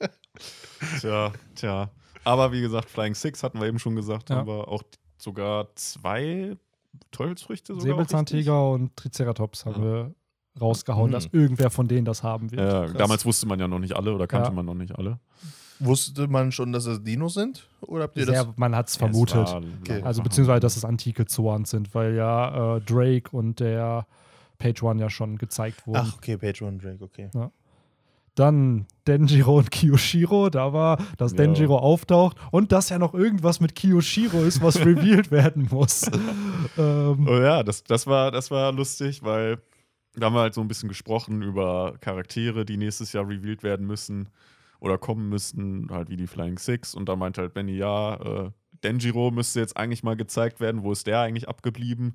stark. Tja. Aber wie gesagt, Flying Six hatten wir eben schon gesagt, Ja. haben wir auch sogar 2 Teufelsfrüchte sogar. Säbelzahntiger und Triceratops haben wir rausgehauen, Mhm. dass irgendwer von denen das haben wird. Ja, Krass. damals wusste man ja noch nicht alle oder kannte Ja. man noch nicht alle. Wusste man schon, dass es Dinos sind? Oder habt ihr das? Man hat es vermutet. Okay. Also beziehungsweise, dass es antike Zoans sind, weil ja Drake und der Page One ja schon gezeigt wurden. Ach, okay, Patreon Drake, okay. Dann Denjiro und Kiyoshiro, da war, dass Ja. Denjiro auftaucht und dass ja noch irgendwas mit Kiyoshiro ist, was revealed werden muss. Oh ja, das war lustig, weil da haben wir halt so ein bisschen gesprochen über Charaktere, die nächstes Jahr revealed werden müssen oder kommen müssen, halt wie die Flying Six. Und da meinte halt Benny, ja, Denjiro müsste jetzt eigentlich mal gezeigt werden, wo ist der eigentlich abgeblieben?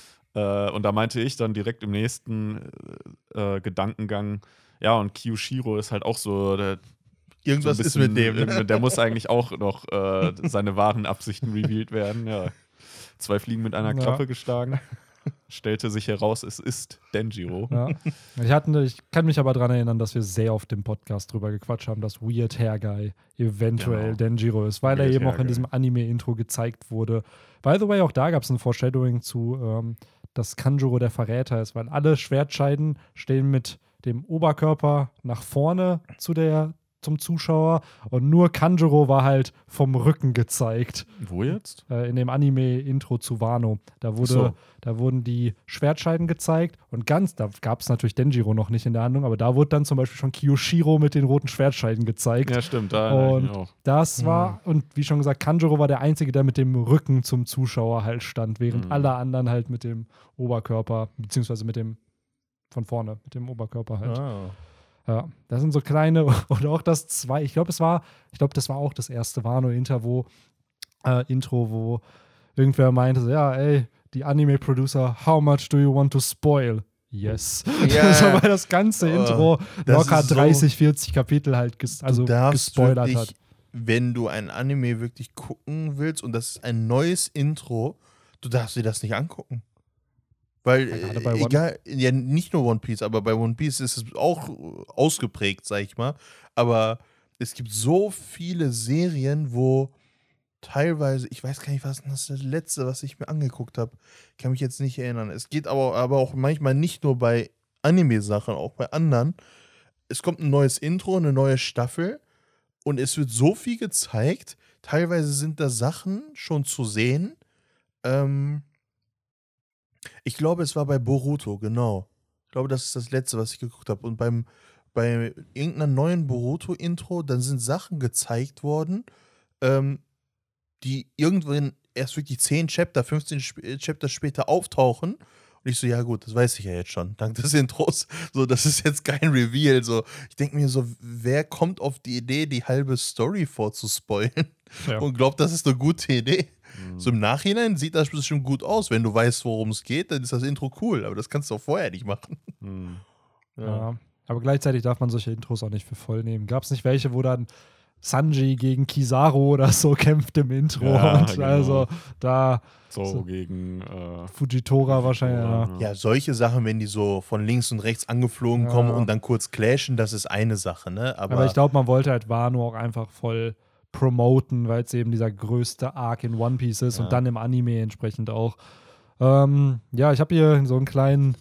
Und da meinte ich dann direkt im nächsten Gedankengang, ja, und Kiyoshiro ist halt auch so, Irgendwas so ein ist mit bisschen, dem. Der muss eigentlich auch noch seine wahren Absichten revealed werden. Ja. 2 Fliegen mit einer Ja. Klappe geschlagen. Stellte sich heraus, es ist Denjiro. Ja. Ich kann mich aber daran erinnern, dass wir sehr oft im Podcast drüber gequatscht haben, dass Weird Hair Guy eventuell Genau. Denjiro ist, weil Weird er eben Hair auch in Guy. diesem Anime-Intro gezeigt wurde. By the way, auch da gab es ein Foreshadowing zu, dass Kanjuro der Verräter ist, weil alle Schwertscheiden stehen mit dem Oberkörper nach vorne zum Zuschauer und nur Kanjuro war halt vom Rücken gezeigt. Wo jetzt? In dem Anime-Intro zu Wano. Da wurden die Schwertscheiden gezeigt und da gab es natürlich Denjiro noch nicht in der Handlung, aber da wurde dann zum Beispiel schon Kiyoshiro mit den roten Schwertscheiden gezeigt. Ja, stimmt. Da erinnere ich mich Und auch. das war, und wie schon gesagt, Kanjuro war der Einzige, der mit dem Rücken zum Zuschauer halt stand, während alle anderen halt mit dem Oberkörper, beziehungsweise mit dem von vorne, mit dem Oberkörper halt. Ah. Ja, das sind so kleine, und auch ich glaube, das war auch das erste Wano-Intro, wo irgendwer meinte, so, ja, ey, die Anime-Producer, how much do you want to spoil? Yes. Ja. So, weil das ganze Intro das locker ist so- 30, 40 Kapitel halt Du darfst gespoilert wirklich, hat. wenn du ein Anime wirklich gucken willst und das ist ein neues Intro, du darfst dir das nicht angucken. Weil, Ja, gerade bei One- egal, ja, nicht nur One Piece, aber bei One Piece ist es auch ausgeprägt, sag ich mal. Aber es gibt so viele Serien, wo teilweise, ich weiß gar nicht, was das letzte, was ich mir angeguckt habe, kann mich jetzt nicht erinnern. Es geht aber auch manchmal nicht nur bei Anime-Sachen, auch bei anderen. Es kommt ein neues Intro, eine neue Staffel und es wird so viel gezeigt. Teilweise sind da Sachen schon zu sehen. Ich glaube, es war bei Boruto, genau. Ich glaube, das ist das letzte, was ich geguckt habe. Und bei irgendeiner neuen Boruto-Intro, dann sind Sachen gezeigt worden, die irgendwann erst wirklich 10 Chapter, 15 Chapter später auftauchen. Und ich so, ja gut, das weiß ich ja jetzt schon, dank des Intros. So, das ist jetzt kein Reveal. So, ich denke mir so, wer kommt auf die Idee, die halbe Story vorzuspoilen Ja. und glaubt, das ist eine gute Idee? So im Nachhinein sieht das bestimmt gut aus. Wenn du weißt, worum es geht, dann ist das Intro cool. Aber das kannst du auch vorher nicht machen. Hm. Ja. Aber gleichzeitig darf man solche Intros auch nicht für voll nehmen. Gab es nicht welche, wo dann Sanji gegen Kizaru oder so kämpft im Intro? Ja, und genau. also da So gegen Fujitora wahrscheinlich. Fujitora, Ja. Ja, solche Sachen, wenn die so von links und rechts angeflogen Ja. kommen und dann kurz clashen, das ist eine Sache, ne? Aber ich glaube, man wollte halt Wano auch einfach voll promoten, weil es eben dieser größte Arc in One Piece ist Ja. und dann im Anime entsprechend auch. Ja, ich habe hier so einen kleinen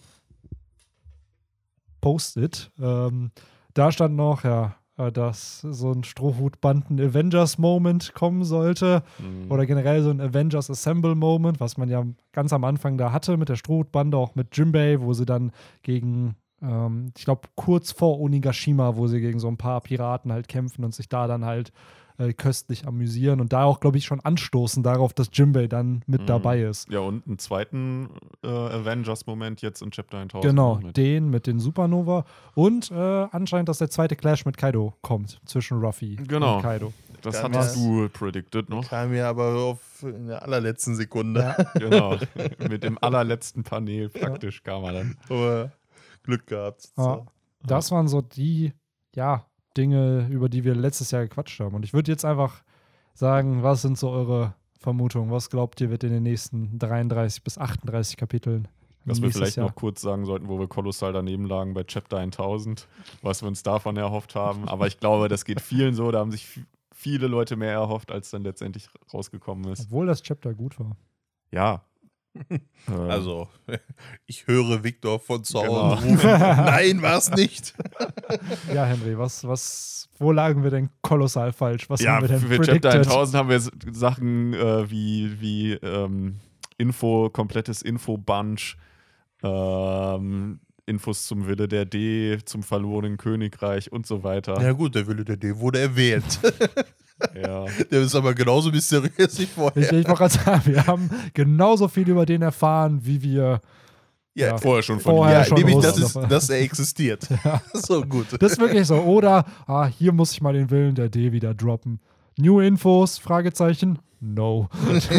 Post-it. Da stand noch, dass so ein Strohhutbanden-Avengers-Moment kommen sollte. Oder generell so ein Avengers Assemble-Moment, was man ja ganz am Anfang da hatte mit der Strohhutbande, auch mit Jinbei, wo sie dann gegen, ich glaube, kurz vor Onigashima, wo sie gegen so ein paar Piraten halt kämpfen und sich da dann halt köstlich amüsieren und da auch, glaube ich, schon anstoßen darauf, dass Jinbei dann mit dabei ist. Ja, und einen zweiten Avengers-Moment jetzt in Chapter 1000. Genau, Mit. den mit den Supernova und anscheinend, dass der zweite Clash mit Kaido kommt, zwischen Ruffy Genau. und Kaido. Das Kam hattest ja- du predicted noch. Kam mir aber in der allerletzten Sekunde. Ja. Genau. Mit dem allerletzten Panel praktisch kam er dann. Aber Glück gehabt. Ja. Das waren so die, Dinge, über die wir letztes Jahr gequatscht haben. Und ich würde jetzt einfach sagen, was sind so eure Vermutungen? Was glaubt ihr, wird in den nächsten 33 bis 38 Kapiteln Was wir nächstes vielleicht Jahr? noch kurz sagen sollten, wo wir kolossal daneben lagen bei Chapter 1000, was wir uns davon erhofft haben. Aber ich glaube, das geht vielen so. Da haben sich viele Leute mehr erhofft, als dann letztendlich rausgekommen ist. Obwohl das Chapter gut war. Ja. Also, ich höre Victor von zu Genau. Hause rufen. Nein, war es nicht. Ja, Henry, wo lagen wir denn kolossal falsch? Was Ja, haben wir denn für Chapter predicted? 1000 haben wir Sachen wie komplettes Info-Bunch, Infos zum Wille der D, zum verlorenen Königreich und so weiter. Ja gut, der Wille der D wurde erwählt. Ja. Der ist aber genauso mysteriös wie vorher. Ich wollte gerade sagen, wir haben genauso viel über den erfahren, wie wir. Ja, Vorher schon von Vorher ja, schon nämlich, wussten. dass er existiert. So gut. Das ist wirklich so. Oder, hier muss ich mal den Willen der D wieder droppen. New Infos? Fragezeichen. No.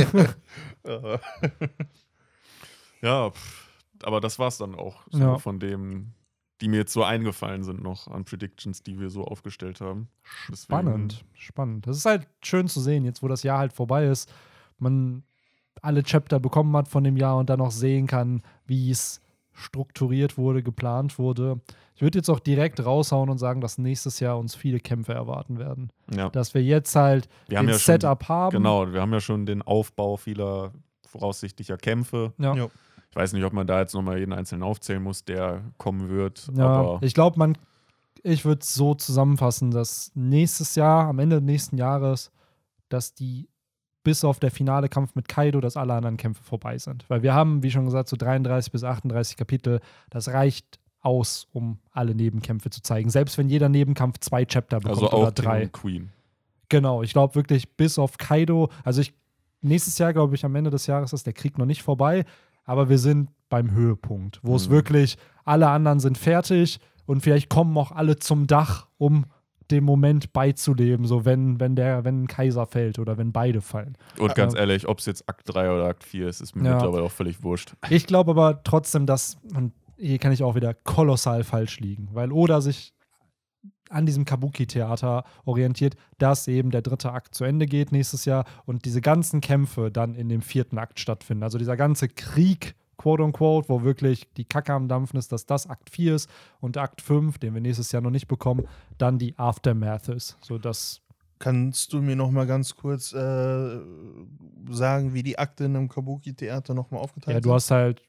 Ja, aber das war's dann auch so Ja. von dem, die mir jetzt so eingefallen sind noch an Predictions, die wir so aufgestellt haben. Deswegen- Spannend. Das ist halt schön zu sehen, jetzt wo das Jahr halt vorbei ist, man alle Chapter bekommen hat von dem Jahr und dann auch sehen kann, wie es strukturiert wurde, geplant wurde. Ich würde jetzt auch direkt raushauen und sagen, dass nächstes Jahr uns viele Kämpfe erwarten werden. Ja, Dass wir jetzt halt wir haben den ja schon, Setup haben. genau, wir haben ja schon den Aufbau vieler voraussichtlicher Kämpfe. Ja. Ja. Ich weiß nicht, ob man da jetzt nochmal jeden einzelnen aufzählen muss, der kommen wird. Ja, Aber ich glaube, ich würde es so zusammenfassen, dass nächstes Jahr, am Ende des nächsten Jahres, dass die bis auf der finale Kampf mit Kaido, dass alle anderen Kämpfe vorbei sind. Weil wir haben, wie schon gesagt, so 33 bis 38 Kapitel. Das reicht aus, um alle Nebenkämpfe zu zeigen. Selbst wenn jeder Nebenkampf 2 Chapter bekommt also auch oder King 3. und Queen. Genau, ich glaube wirklich bis auf Kaido. Also nächstes Jahr, glaube ich, am Ende des Jahres ist der Krieg noch nicht vorbei. Aber wir sind beim Höhepunkt, wo es wirklich, alle anderen sind fertig und vielleicht kommen auch alle zum Dach, um dem Moment beizuleben, so wenn ein Kaiser fällt oder wenn beide fallen. Und ganz ehrlich, ob es jetzt Akt 3 oder Akt 4 ist, ist mir Ja. mittlerweile auch völlig wurscht. Ich glaube aber trotzdem, dass, und hier kann ich auch wieder kolossal falsch liegen, weil Oda sich an diesem Kabuki-Theater orientiert, dass eben der 3. Akt zu Ende geht nächstes Jahr und diese ganzen Kämpfe dann in dem 4. Akt stattfinden. Also dieser ganze Krieg, quote unquote, wo wirklich die Kacke am Dampfen ist, dass das Akt 4 ist und Akt 5, den wir nächstes Jahr noch nicht bekommen, dann die Aftermath ist. So dass Kannst du mir noch mal ganz kurz sagen, wie die Akte in einem Kabuki-Theater noch mal aufgeteilt ja, du hast halt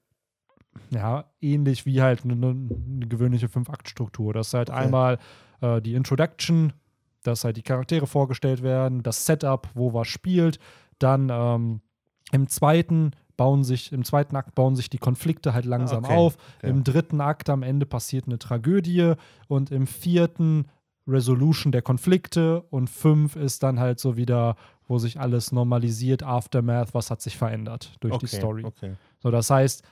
ähnlich wie halt eine gewöhnliche 5-Akt-Struktur. Das ist halt einmal die Introduction, dass halt die Charaktere vorgestellt werden, das Setup, wo was spielt. Dann im zweiten Akt bauen sich die Konflikte halt langsam Okay. auf. Ja. Im 3. Akt am Ende passiert eine Tragödie und im 4. Resolution der Konflikte und 5 ist dann halt so wieder, wo sich alles normalisiert, Aftermath, was hat sich verändert durch die Story. Okay. So, das heißt,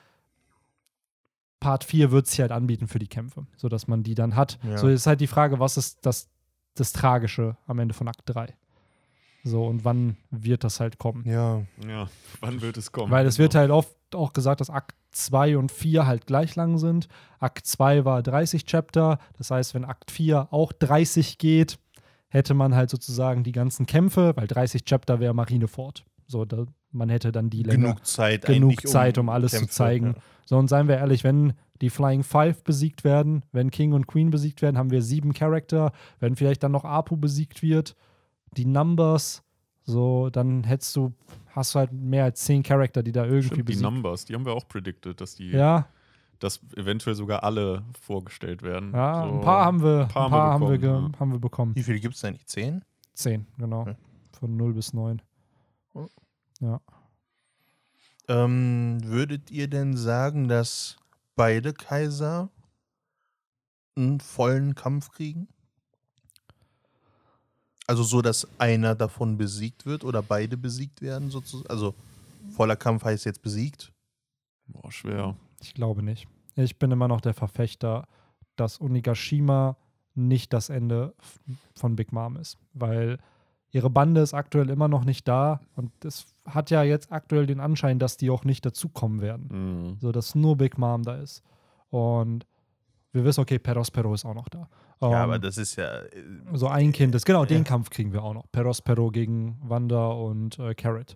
Part 4 wird sich halt anbieten für die Kämpfe, sodass man die dann hat. Ja. So ist halt die Frage, was ist das Tragische am Ende von Akt 3? So, und wann wird das halt kommen? Ja. Ja, wann wird es kommen? Weil es wird halt oft auch gesagt, dass Akt 2 und 4 halt gleich lang sind. Akt 2 war 30 Chapter, das heißt, wenn Akt 4 auch 30 geht, hätte man halt sozusagen die ganzen Kämpfe, weil 30 Chapter wäre Marineford. So, man hätte dann die länger. Genug Zeit, Genug eigentlich, Zeit, um alles Kämpfe, zu zeigen. Ja. So, und seien wir ehrlich, wenn die Flying Five besiegt werden, wenn King und Queen besiegt werden, haben wir 7 Charakter. Wenn vielleicht dann noch Apu besiegt wird, die Numbers, so, dann hast du halt mehr als 10 Charakter, die da irgendwie Stimmt, die besiegt. Numbers, die haben wir auch predicted, dass eventuell sogar alle vorgestellt werden. Ja, So, ein paar haben wir bekommen, haben wir bekommen. Wie viele gibt es eigentlich? 10? 10, genau. Okay. Von 0 bis 9. Oh. Ja. Würdet ihr denn sagen, dass beide Kaiser einen vollen Kampf kriegen? Also so, dass einer davon besiegt wird oder beide besiegt werden sozusagen? Also voller Kampf heißt jetzt besiegt? Boah, schwer. Ich glaube nicht. Ich bin immer noch der Verfechter, dass Onigashima nicht das Ende von Big Mom ist, weil ihre Bande ist aktuell immer noch nicht da und es hat ja jetzt aktuell den Anschein, dass die auch nicht dazukommen werden. Mhm. So, dass nur Big Mom da ist. Und wir wissen, okay, Perospero ist auch noch da. Ja, aber das ist ja. So ein Kind ist, genau, den ja. Kampf kriegen wir auch noch. Perospero gegen Wanda und Carrot.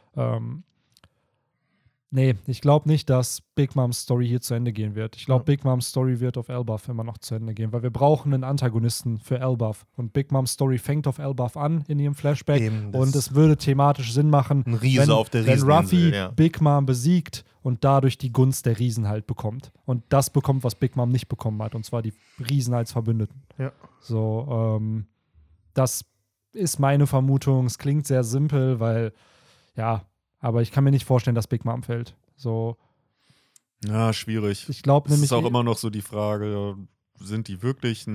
Nee, ich glaube nicht, dass Big Moms Story hier zu Ende gehen wird. Ich glaube, Big Moms Story wird auf Elbaf immer noch zu Ende gehen, weil wir brauchen einen Antagonisten für Elbaf. Und Big Moms Story fängt auf Elbaf an in ihrem Flashback. Eben, und es würde thematisch Sinn machen, ein Riese auf der wenn Rieseninsel, Ruffy ja. Big Mom besiegt und dadurch die Gunst der Riesen halt bekommt. Und das bekommt, was Big Mom nicht bekommen hat, und zwar die Riesen als Verbündeten. Ja. So, das ist meine Vermutung. Es klingt sehr simpel, weil, ja, aber ich kann mir nicht vorstellen, dass Big Mom fällt. So. Ja, schwierig. Ich glaube Es nämlich. ist auch immer noch so die Frage, sind die wirklich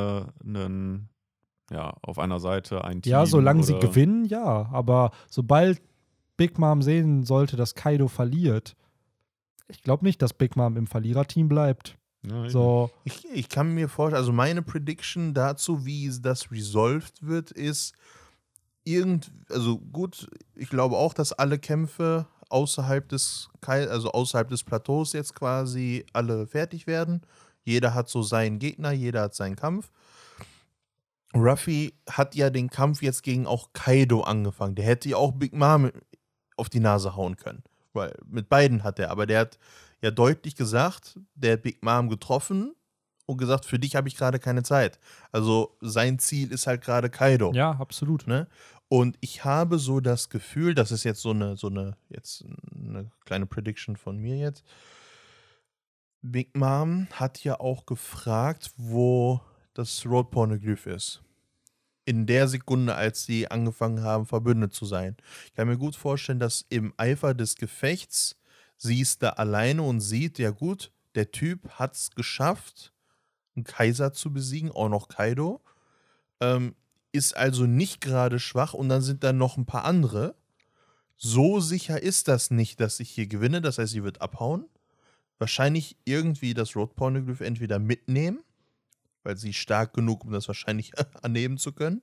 auf einer Seite ein Team? Ja, solange oder? sie gewinnen, ja. Aber sobald Big Mom sehen sollte, dass Kaido verliert, ich glaube nicht, dass Big Mom im Verliererteam bleibt. Ja, So. Ich kann mir vorstellen, also meine Prediction dazu, wie das resolved wird, ist also gut, ich glaube auch, dass alle Kämpfe außerhalb des Plateaus jetzt quasi alle fertig werden. Jeder hat so seinen Gegner, jeder hat seinen Kampf. Ruffy hat ja den Kampf jetzt gegen auch Kaido angefangen. Der hätte ja auch Big Mom auf die Nase hauen können. Weil mit beiden hat er, aber der hat ja deutlich gesagt, der hat Big Mom getroffen und gesagt, für dich habe ich gerade keine Zeit. Also sein Ziel ist halt gerade Kaido. Ja, absolut. Ne? Und ich habe so das Gefühl, das ist jetzt so eine kleine Prediction von mir jetzt. Big Mom hat ja auch gefragt, wo das Road Poneglyph ist. In der Sekunde, als sie angefangen haben, verbündet zu sein. Ich kann mir gut vorstellen, dass im Eifer des Gefechts sie ist da alleine und sieht, ja gut, der Typ hat es geschafft, einen Kaiser zu besiegen, auch noch Kaido. Ist also nicht gerade schwach und dann sind da noch ein paar andere. So sicher ist das nicht, dass ich hier gewinne. Das heißt, sie wird abhauen. Wahrscheinlich irgendwie das Road Poneglyph entweder mitnehmen, weil sie stark genug, um das wahrscheinlich annehmen zu können.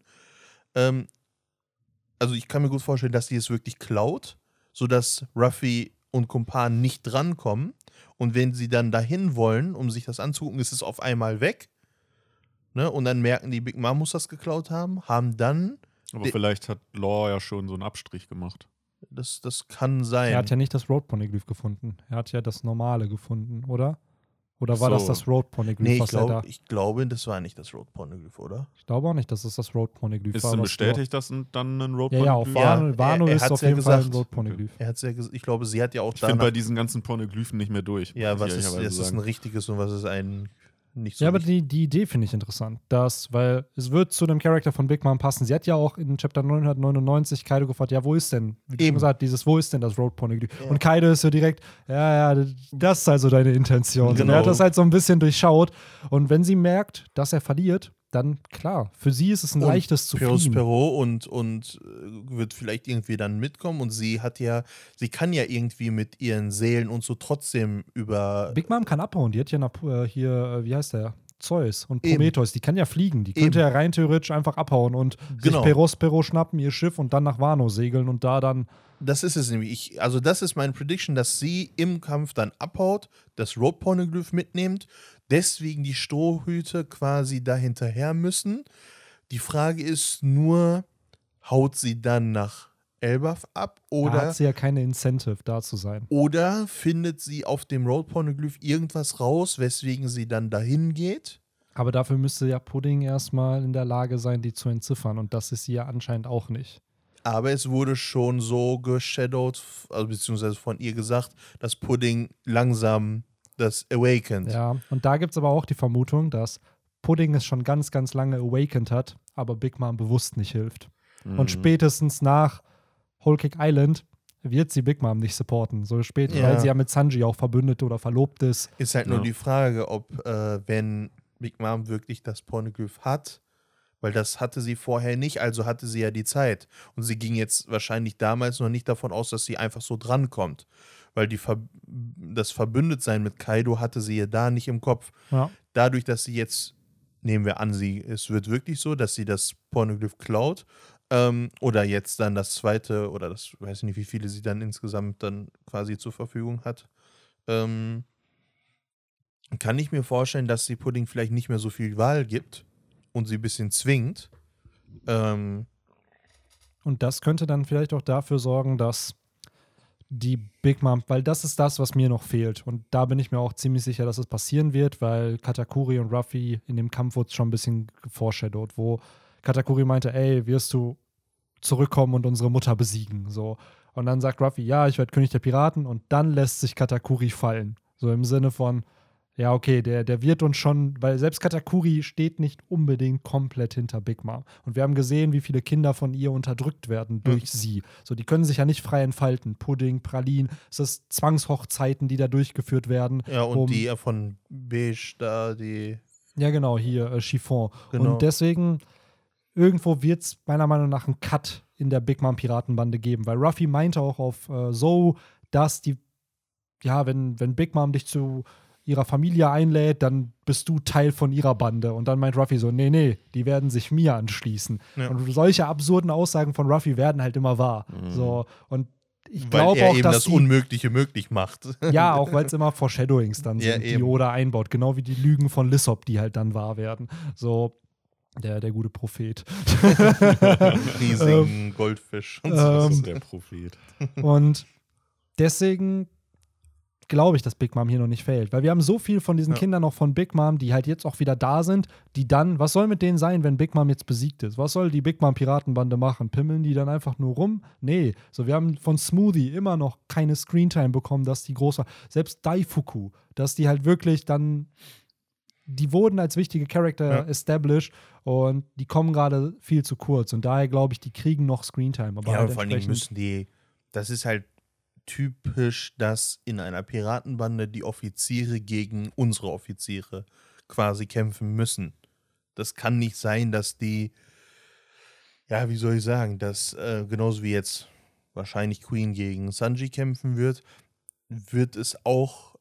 Also ich kann mir gut vorstellen, dass sie es wirklich klaut, sodass Ruffy und Kumpan nicht drankommen. Und wenn sie dann dahin wollen, um sich das anzugucken, ist es auf einmal weg. Ne? Und dann merken die, Big Mom muss das geklaut haben dann. Aber vielleicht hat Law ja schon so einen Abstrich gemacht. Das kann sein. Er hat ja nicht das Road Poneglyph gefunden. Er hat ja das normale gefunden, oder? Oder war So. das Road Poneglyph, Nee, was er da? ich glaube, das war nicht das Road Poneglyph, oder? Ich glaube auch nicht, dass es das Road Poneglyph Ist war. denn was bestätigt, dass dann ein Road Ja, auf Poneglyph? Ja, Wano er ist hat's auf ja jeden Fall ein gesagt. Road Poneglyph. Er hat's ja ich glaube, sie hat ja auch Ich bin bei danach. diesen ganzen Poneglyphen nicht mehr durch. Ja, muss was ich ist ehrlicherweise ein sagen. richtiges und was ist ein nicht so Ja, aber richtig? die Idee finde ich interessant, weil es wird zu dem Charakter von Big Mom passen. Sie hat ja auch in Chapter 999 Kaido gefragt, ja, wo ist denn, wie du schon Eben. gesagt, wo ist denn das Road Poneglyph? Ja. Und Kaido ist so direkt, ja, das ist also deine Intention. Genau. Er hat das halt so ein bisschen durchschaut. Und wenn sie merkt, dass er verliert, dann klar, für sie ist es ein Und leichtes zu fliehen. Perospero und wird vielleicht irgendwie dann mitkommen und sie kann ja irgendwie mit ihren Seelen und so trotzdem über. Big Mom kann abhauen, die hat ja wie heißt der? Zeus und Eben. Prometheus, die kann ja fliegen, die könnte ja rein theoretisch einfach abhauen und Genau. sich Perospero schnappen, ihr Schiff und dann nach Wano segeln und da dann. Das ist es nämlich. Also das ist meine Prediction, dass sie im Kampf dann abhaut, das Road Poneglyph mitnimmt, deswegen die Strohhüte quasi da hinterher müssen. Die Frage ist nur, haut sie dann nach Elbaf ab Da oder hat sie ja keine Incentive, da zu sein. Oder findet sie auf dem Road Poneglyph irgendwas raus, weswegen sie dann dahin geht? Aber dafür müsste ja Pudding erstmal in der Lage sein, die zu entziffern. Und das ist sie ja anscheinend auch nicht. Aber es wurde schon so geshadowed, also beziehungsweise von ihr gesagt, dass Pudding langsam das awakened. Ja, und da gibt es aber auch die Vermutung, dass Pudding es schon ganz, ganz lange awakened hat, aber Big Mom bewusst nicht hilft. Und spätestens nach Whole Cake Island wird sie Big Mom nicht supporten. So spät, Ja. weil sie ja mit Sanji auch verbündet oder verlobt ist. Ist halt nur die Frage, ob, wenn Big Mom wirklich das Pornoglyph hat, weil das hatte sie vorher nicht, also hatte sie ja die Zeit. Und sie ging jetzt wahrscheinlich damals noch nicht davon aus, dass sie einfach so drankommt. Weil das Verbündetsein mit Kaido hatte sie ja da nicht im Kopf. Ja. Dadurch, dass sie jetzt, nehmen wir an, es wird wirklich so, dass sie das Pornoglyph klaut, oder jetzt dann das zweite, oder das, weiß ich nicht, wie viele sie dann insgesamt dann quasi zur Verfügung hat, kann ich mir vorstellen, dass sie Pudding vielleicht nicht mehr so viel Wahl gibt und sie ein bisschen zwingt. Und das könnte dann vielleicht auch dafür sorgen, dass die Big Mom, weil das ist das, was mir noch fehlt. Und da bin ich mir auch ziemlich sicher, dass es passieren wird, weil Katakuri und Ruffy in dem Kampf wurde schon ein bisschen foreshadowed, wo Katakuri meinte, ey, wirst du zurückkommen und unsere Mutter besiegen. So. Und dann sagt Ruffy, ja, ich werde König der Piraten, und dann lässt sich Katakuri fallen. So im Sinne von, ja, okay, der wird uns schon, weil selbst Katakuri steht nicht unbedingt komplett hinter Big Mom. Und wir haben gesehen, wie viele Kinder von ihr unterdrückt werden durch sie. So, die können sich ja nicht frei entfalten. Pudding, Pralinen, es ist Zwangshochzeiten, die da durchgeführt werden. Ja, und die von Beige da, die. Ja, genau, hier Chiffon. Genau. Und deswegen, irgendwo wird es meiner Meinung nach einen Cut in der Big Mom Piratenbande geben, weil Ruffy meinte auch auf Zou, dass wenn Big Mom dich zu ihrer Familie einlädt, dann bist du Teil von ihrer Bande. Und dann meint Ruffy so, nee, die werden sich mir anschließen. Ja. Und solche absurden Aussagen von Ruffy werden halt immer wahr. So, und ich Weil glaube er auch, eben dass das Unmögliche möglich macht. ja, auch weil es immer Foreshadowings dann Ja, sind, die eben. Oda einbaut. Genau wie die Lügen von Lissop, die halt dann wahr werden. So, der gute Prophet. Riesigen Goldfisch. Und Das ist der Prophet. Und deswegen glaube ich, dass Big Mom hier noch nicht fällt. Weil wir haben so viel von diesen Kindern noch von Big Mom, die halt jetzt auch wieder da sind, die dann, was soll mit denen sein, wenn Big Mom jetzt besiegt ist? Was soll die Big Mom Piratenbande machen? Pimmeln die dann einfach nur rum? Nee. So, wir haben von Smoothie immer noch keine Screentime bekommen, dass die große, selbst Daifuku, dass die halt wirklich dann, die wurden als wichtige Charakter established und die kommen gerade viel zu kurz. Und daher glaube ich, die kriegen noch Screentime. Aber ja, halt und vor allen Dingen entsprechend- müssen die, das ist halt typisch, dass in einer Piratenbande die Offiziere gegen unsere Offiziere quasi kämpfen müssen. Das kann nicht sein, dass die, ja, wie soll ich sagen, dass genauso wie jetzt wahrscheinlich Queen gegen Sanji kämpfen wird es auch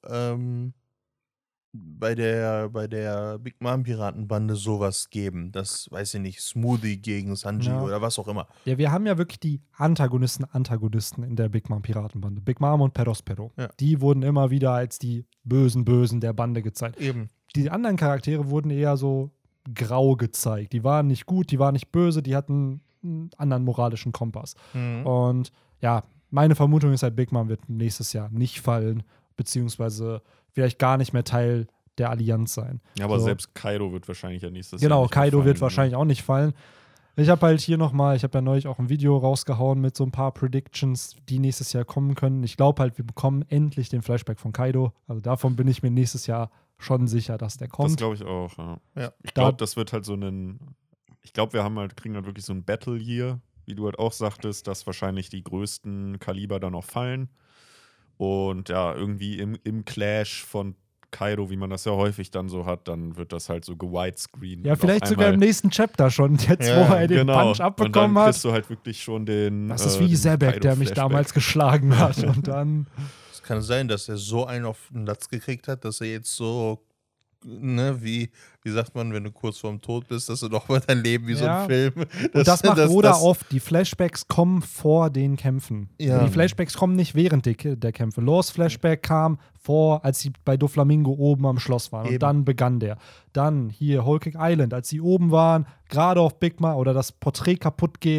bei der Big Mom Piratenbande sowas geben. Das, weiß ich nicht, Smoothie gegen Sanji Ja. oder was auch immer. Ja, wir haben ja wirklich die Antagonisten in der Big Mom Piratenbande. Big Mom und Perospero. Ja. Die wurden immer wieder als die Bösen der Bande gezeigt. Eben. Die anderen Charaktere wurden eher so grau gezeigt. Die waren nicht gut, die waren nicht böse, die hatten einen anderen moralischen Kompass. Und ja, meine Vermutung ist halt, Big Mom wird nächstes Jahr nicht fallen, beziehungsweise vielleicht gar nicht mehr Teil der Allianz sein. Ja, aber So. selbst Kaido wird wahrscheinlich ja nächstes Jahr Genau, nicht Kaido mehr wird fallen, wahrscheinlich auch nicht fallen. Ich habe halt hier nochmal, ich habe ja neulich auch ein Video rausgehauen mit so ein paar Predictions, die nächstes Jahr kommen können. Ich glaube halt, wir bekommen endlich den Flashback von Kaido. Also davon bin ich mir nächstes Jahr schon sicher, dass der Das kommt. glaube ich auch, ja. Ja. Ich glaube, das wird halt so ich glaube, kriegen halt wirklich so ein Battle Year, wie du halt auch sagtest, dass wahrscheinlich die größten Kaliber dann auch fallen. Und ja, irgendwie im Clash von Kaido, wie man das ja häufig dann so hat, dann wird das halt so gewidescreen. Ja, vielleicht sogar im nächsten Chapter schon, jetzt Ja, wo er den genau. Punch abbekommen und dann hat. kriegst du halt wirklich schon den. Das ist wie den Zebek, der mich Kaido-Flashback. damals geschlagen hat. Und dann, Es kann sein, dass er so einen auf den Latz gekriegt hat, dass er jetzt so, ne, wie sagt man, wenn du kurz vorm Tod bist, dass du doch mal dein Leben wie so Ja. ein Film. und das macht Oda oft. Die Flashbacks kommen vor den Kämpfen. Ja. Die Flashbacks kommen nicht während der Kämpfe. Laws Flashback kam vor, als sie bei Doflamingo oben am Schloss waren. Eben. Und dann begann der. Dann hier Whole Cake Island, als sie oben waren, gerade auf Big Mom oder das Porträt kaputt geht,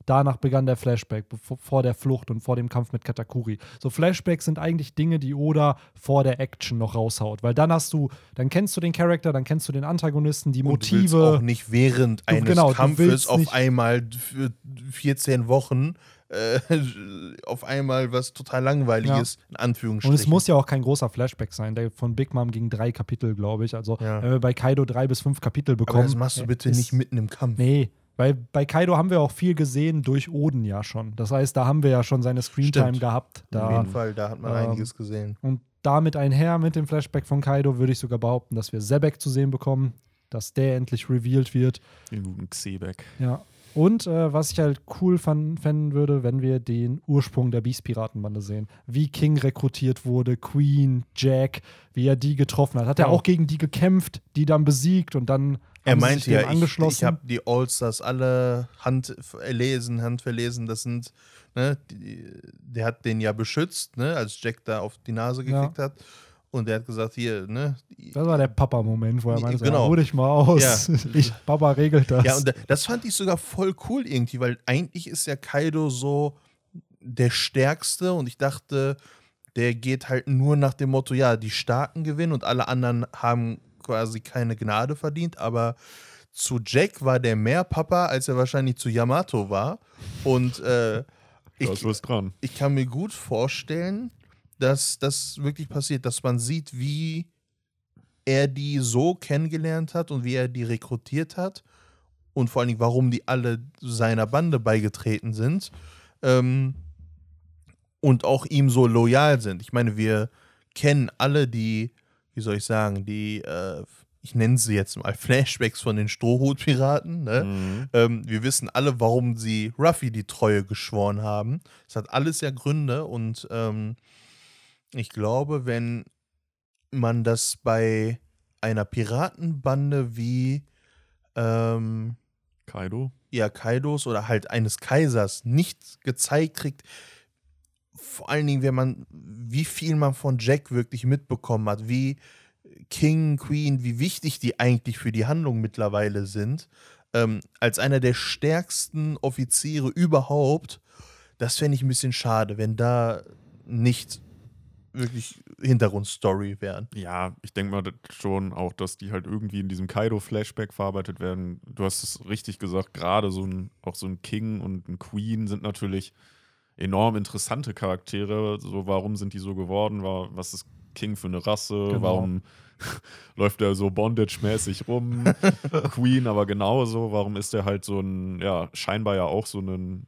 danach begann der Flashback, vor der Flucht und vor dem Kampf mit Katakuri. So Flashbacks sind eigentlich Dinge, die Oda vor der Action noch raushaut, weil dann kennst du den Charakter, dann kennst du den Antagonisten, die Motive. Und du willst auch nicht während eines Kampfes auf einmal für 14 Wochen auf einmal was total Langweiliges, in Anführungsstrichen. Und es muss ja auch kein großer Flashback sein. Der von Big Mom ging 3 Kapitel, glaube ich. Also, wenn wir bei Kaido 3 bis 5 Kapitel bekommen. Aber das machst du bitte nicht mitten im Kampf. Nee, weil bei Kaido haben wir auch viel gesehen durch Oden ja schon. Das heißt, da haben wir ja schon seine Screentime gehabt. Auf jeden Fall, da hat man einiges gesehen. Und damit einher mit dem Flashback von Kaido würde ich sogar behaupten, dass wir Zebek zu sehen bekommen, dass der endlich revealed wird. Den guten Xebek. Ja. Und was ich halt cool fänden würde, wenn wir den Ursprung der Beast-Piratenbande sehen. Wie King rekrutiert wurde, Queen, Jack, wie er die getroffen hat. Hat er auch gegen die gekämpft, die dann besiegt und dann er meinte ja, angeschlossen. Ich habe die All-Stars alle handverlesen, das sind, ne, der hat den ja beschützt, ne, als Jack da auf die Nase gekickt hat. Und er hat gesagt, hier, ne. Das war der Papa-Moment, wo er meinte, genau. Ruh dich mal aus. Ja. Papa regelt das. Ja, und das fand ich sogar voll cool irgendwie, weil eigentlich ist ja Kaido so der Stärkste und ich dachte, der geht halt nur nach dem Motto, ja, die Starken gewinnen und alle anderen haben quasi keine Gnade verdient, aber zu Jack war der mehr Papa, als er wahrscheinlich zu Yamato war. Und ich kann mir gut vorstellen, dass das wirklich passiert, dass man sieht, wie er die so kennengelernt hat und wie er die rekrutiert hat und vor allen Dingen, warum die alle seiner Bande beigetreten sind und auch ihm so loyal sind. Ich meine, wir kennen alle die, wie soll ich sagen, die, ich nenne sie jetzt mal Flashbacks von den Strohhutpiraten. Ne? Wir wissen alle, warum sie Ruffy die Treue geschworen haben. Es hat alles ja Gründe und ich glaube, wenn man das bei einer Piratenbande wie Kaido? Ja, Kaidos oder halt eines Kaisers nicht gezeigt kriegt, vor allen Dingen, wie viel man von Jack wirklich mitbekommen hat, wie King, Queen, wie wichtig die eigentlich für die Handlung mittlerweile sind, als einer der stärksten Offiziere überhaupt, das fände ich ein bisschen schade, wenn da nicht wirklich Hintergrundstory wären. Ja, ich denke mal schon auch, dass die halt irgendwie in diesem Kaido-Flashback verarbeitet werden. Du hast es richtig gesagt, gerade auch so ein King und ein Queen sind natürlich enorm interessante Charaktere. So, warum sind die so geworden? Was ist King für eine Rasse? Genau. Warum läuft er so Bondage-mäßig rum? Queen aber genauso. Warum ist er halt so ein, ja, scheinbar ja auch so ein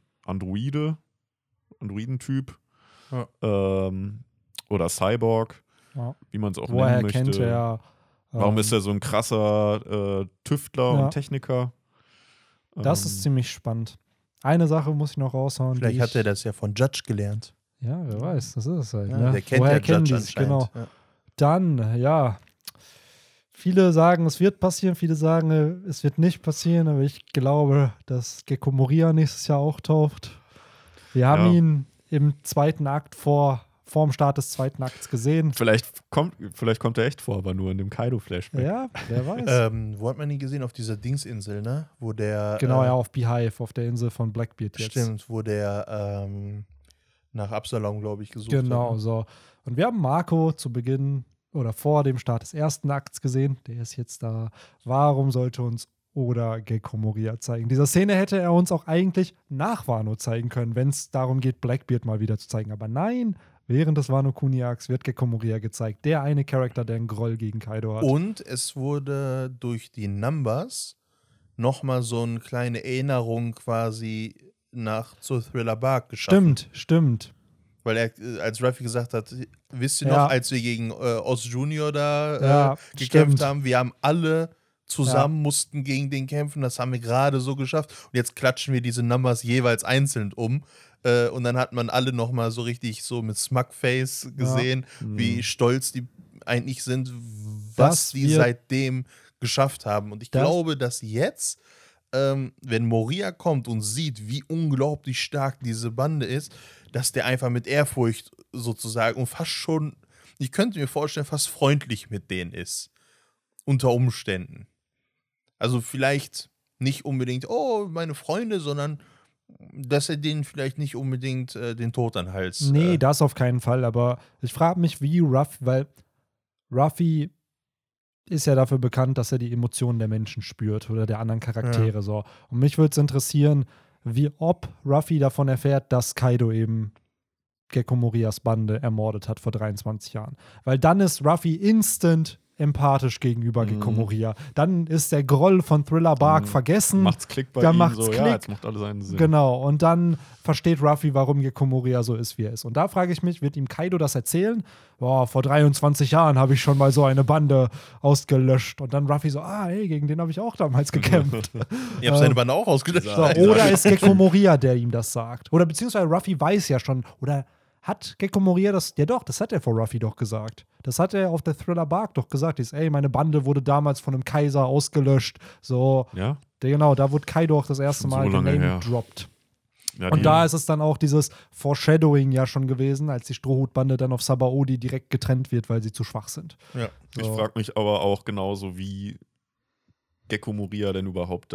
Androidentyp? Ja. Oder Cyborg, wie man es auch nennen möchte. Kennt er, warum ist er so ein krasser Tüftler und Techniker? Das ist ziemlich spannend. Eine Sache muss ich noch raushauen. Vielleicht hat er das ja von Judge gelernt. Ja, wer weiß, das ist es halt. Ja, ne? Der kennt ja Judge anscheinend. Genau. Ja. Dann, ja, viele sagen, es wird passieren, viele sagen, es wird nicht passieren, aber ich glaube, dass Gekko Moria nächstes Jahr auch taucht. Wir haben ihn im zweiten Akt vorm Start des zweiten Akts gesehen. Vielleicht kommt er echt vor, aber nur in dem Kaido-Flashback. Ja, wer weiß. Wo hat man ihn gesehen? Auf dieser Dingsinsel, ne? Wo der. Genau, auf Beehive, auf der Insel von Blackbeard jetzt. Stimmt, wo der nach Absalom, glaube ich, gesucht hat. hat. Genau, so. Und wir haben Marco zu Beginn oder vor dem Start des ersten Akts gesehen. Der ist jetzt da. Warum sollte uns Oda Gekko Moria zeigen? Dieser Szene hätte er uns auch eigentlich nach Wano zeigen können, wenn es darum geht, Blackbeard mal wieder zu zeigen. Aber nein, während des Wano Kuni Arcs wird Gekko Moria gezeigt. Der eine Charakter, der einen Groll gegen Kaido hat. Und es wurde durch die Numbers nochmal so eine kleine Erinnerung quasi zur Thriller Bark geschaffen. Stimmt. Weil er, als Ruffy gesagt hat, wisst ihr noch, als wir gegen Oz Junior da gekämpft haben, wir haben alle zusammen mussten gegen den kämpfen, das haben wir gerade so geschafft. Und jetzt klatschen wir diese Numbers jeweils einzeln um. Und dann hat man alle nochmal so richtig so mit Smugface gesehen, wie stolz die eigentlich sind, was die seitdem geschafft haben. Und ich glaube, dass jetzt, wenn Moria kommt und sieht, wie unglaublich stark diese Bande ist, dass der einfach mit Ehrfurcht sozusagen und fast schon, ich könnte mir vorstellen, fast freundlich mit denen ist. Unter Umständen. Also vielleicht nicht unbedingt, oh, meine Freunde, sondern dass er denen vielleicht nicht unbedingt den Tod an den Hals. Nee, das auf keinen Fall, aber ich frage mich, wie Ruffy, weil Ruffy ist ja dafür bekannt, dass er die Emotionen der Menschen spürt oder der anderen Charaktere so. Und mich würde es interessieren, ob Ruffy davon erfährt, dass Kaido eben Gekko Morias Bande ermordet hat vor 23 Jahren. Weil dann ist Ruffy instant empathisch gegenüber Gekko Moria. Dann ist der Groll von Thriller Bark vergessen. Macht's Klick bei dann ihm, macht's so, Klick. ja, jetzt macht alles seinen Sinn. Genau, und dann versteht Ruffy, warum Gekko Moria so ist, wie er ist. Und da frage ich mich, wird ihm Kaido das erzählen? Boah, vor 23 Jahren habe ich schon mal so eine Bande ausgelöscht. Und dann Ruffy so, hey, gegen den habe ich auch damals gekämpft. Ich habe seine Bande auch ausgelöscht. So, oder ist Gekko Moria, der ihm das sagt? Oder beziehungsweise Ruffy weiß ja schon, oder hat Gekko Moria das, ja doch, das hat er vor Ruffy doch gesagt. Das hat er auf der Thriller Bark doch gesagt. Meine Bande wurde damals von einem Kaiser ausgelöscht. So, Ja? genau, da wurde Kaido auch das erste Schon so Mal lange her. genamedroppt. Ja, Und da ist es dann auch dieses Foreshadowing ja schon gewesen, als die Strohhutbande dann auf Sabaody direkt getrennt wird, weil sie zu schwach sind. Ja. Ich So. frage mich aber auch genauso, wie Gekko Moria denn überhaupt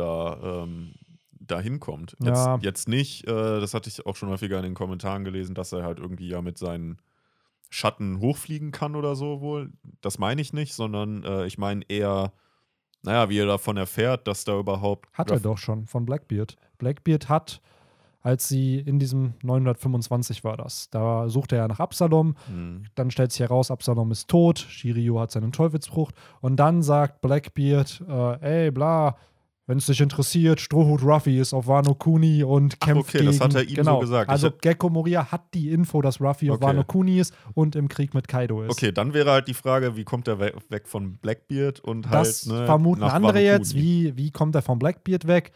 da hinkommt. Ja. Jetzt nicht, das hatte ich auch schon häufiger in den Kommentaren gelesen, dass er halt irgendwie ja mit seinen Schatten hochfliegen kann oder so wohl. Das meine ich nicht, sondern ich meine eher, naja, wie er davon erfährt, dass da überhaupt. Hat er doch schon von Blackbeard. Blackbeard hat, als sie in diesem 925 war das, da sucht er ja nach Absalom. Hm. Dann stellt sich heraus, Absalom ist tot, Shiryu hat seinen Teufelsfrucht und dann sagt Blackbeard, bla, wenn es dich interessiert, Strohhut Ruffy ist auf Wano Kuni und kämpft okay, gegen... das hat er ihm so gesagt. Also Ich Gekko Moria hat die Info, dass Ruffy auf Okay. Wano Kuni ist und im Krieg mit Kaido ist. Okay, dann wäre halt die Frage, wie kommt er weg von Blackbeard und halt, Das ne, vermuten nach andere Wano jetzt. Kuni. Wie kommt er von Blackbeard weg?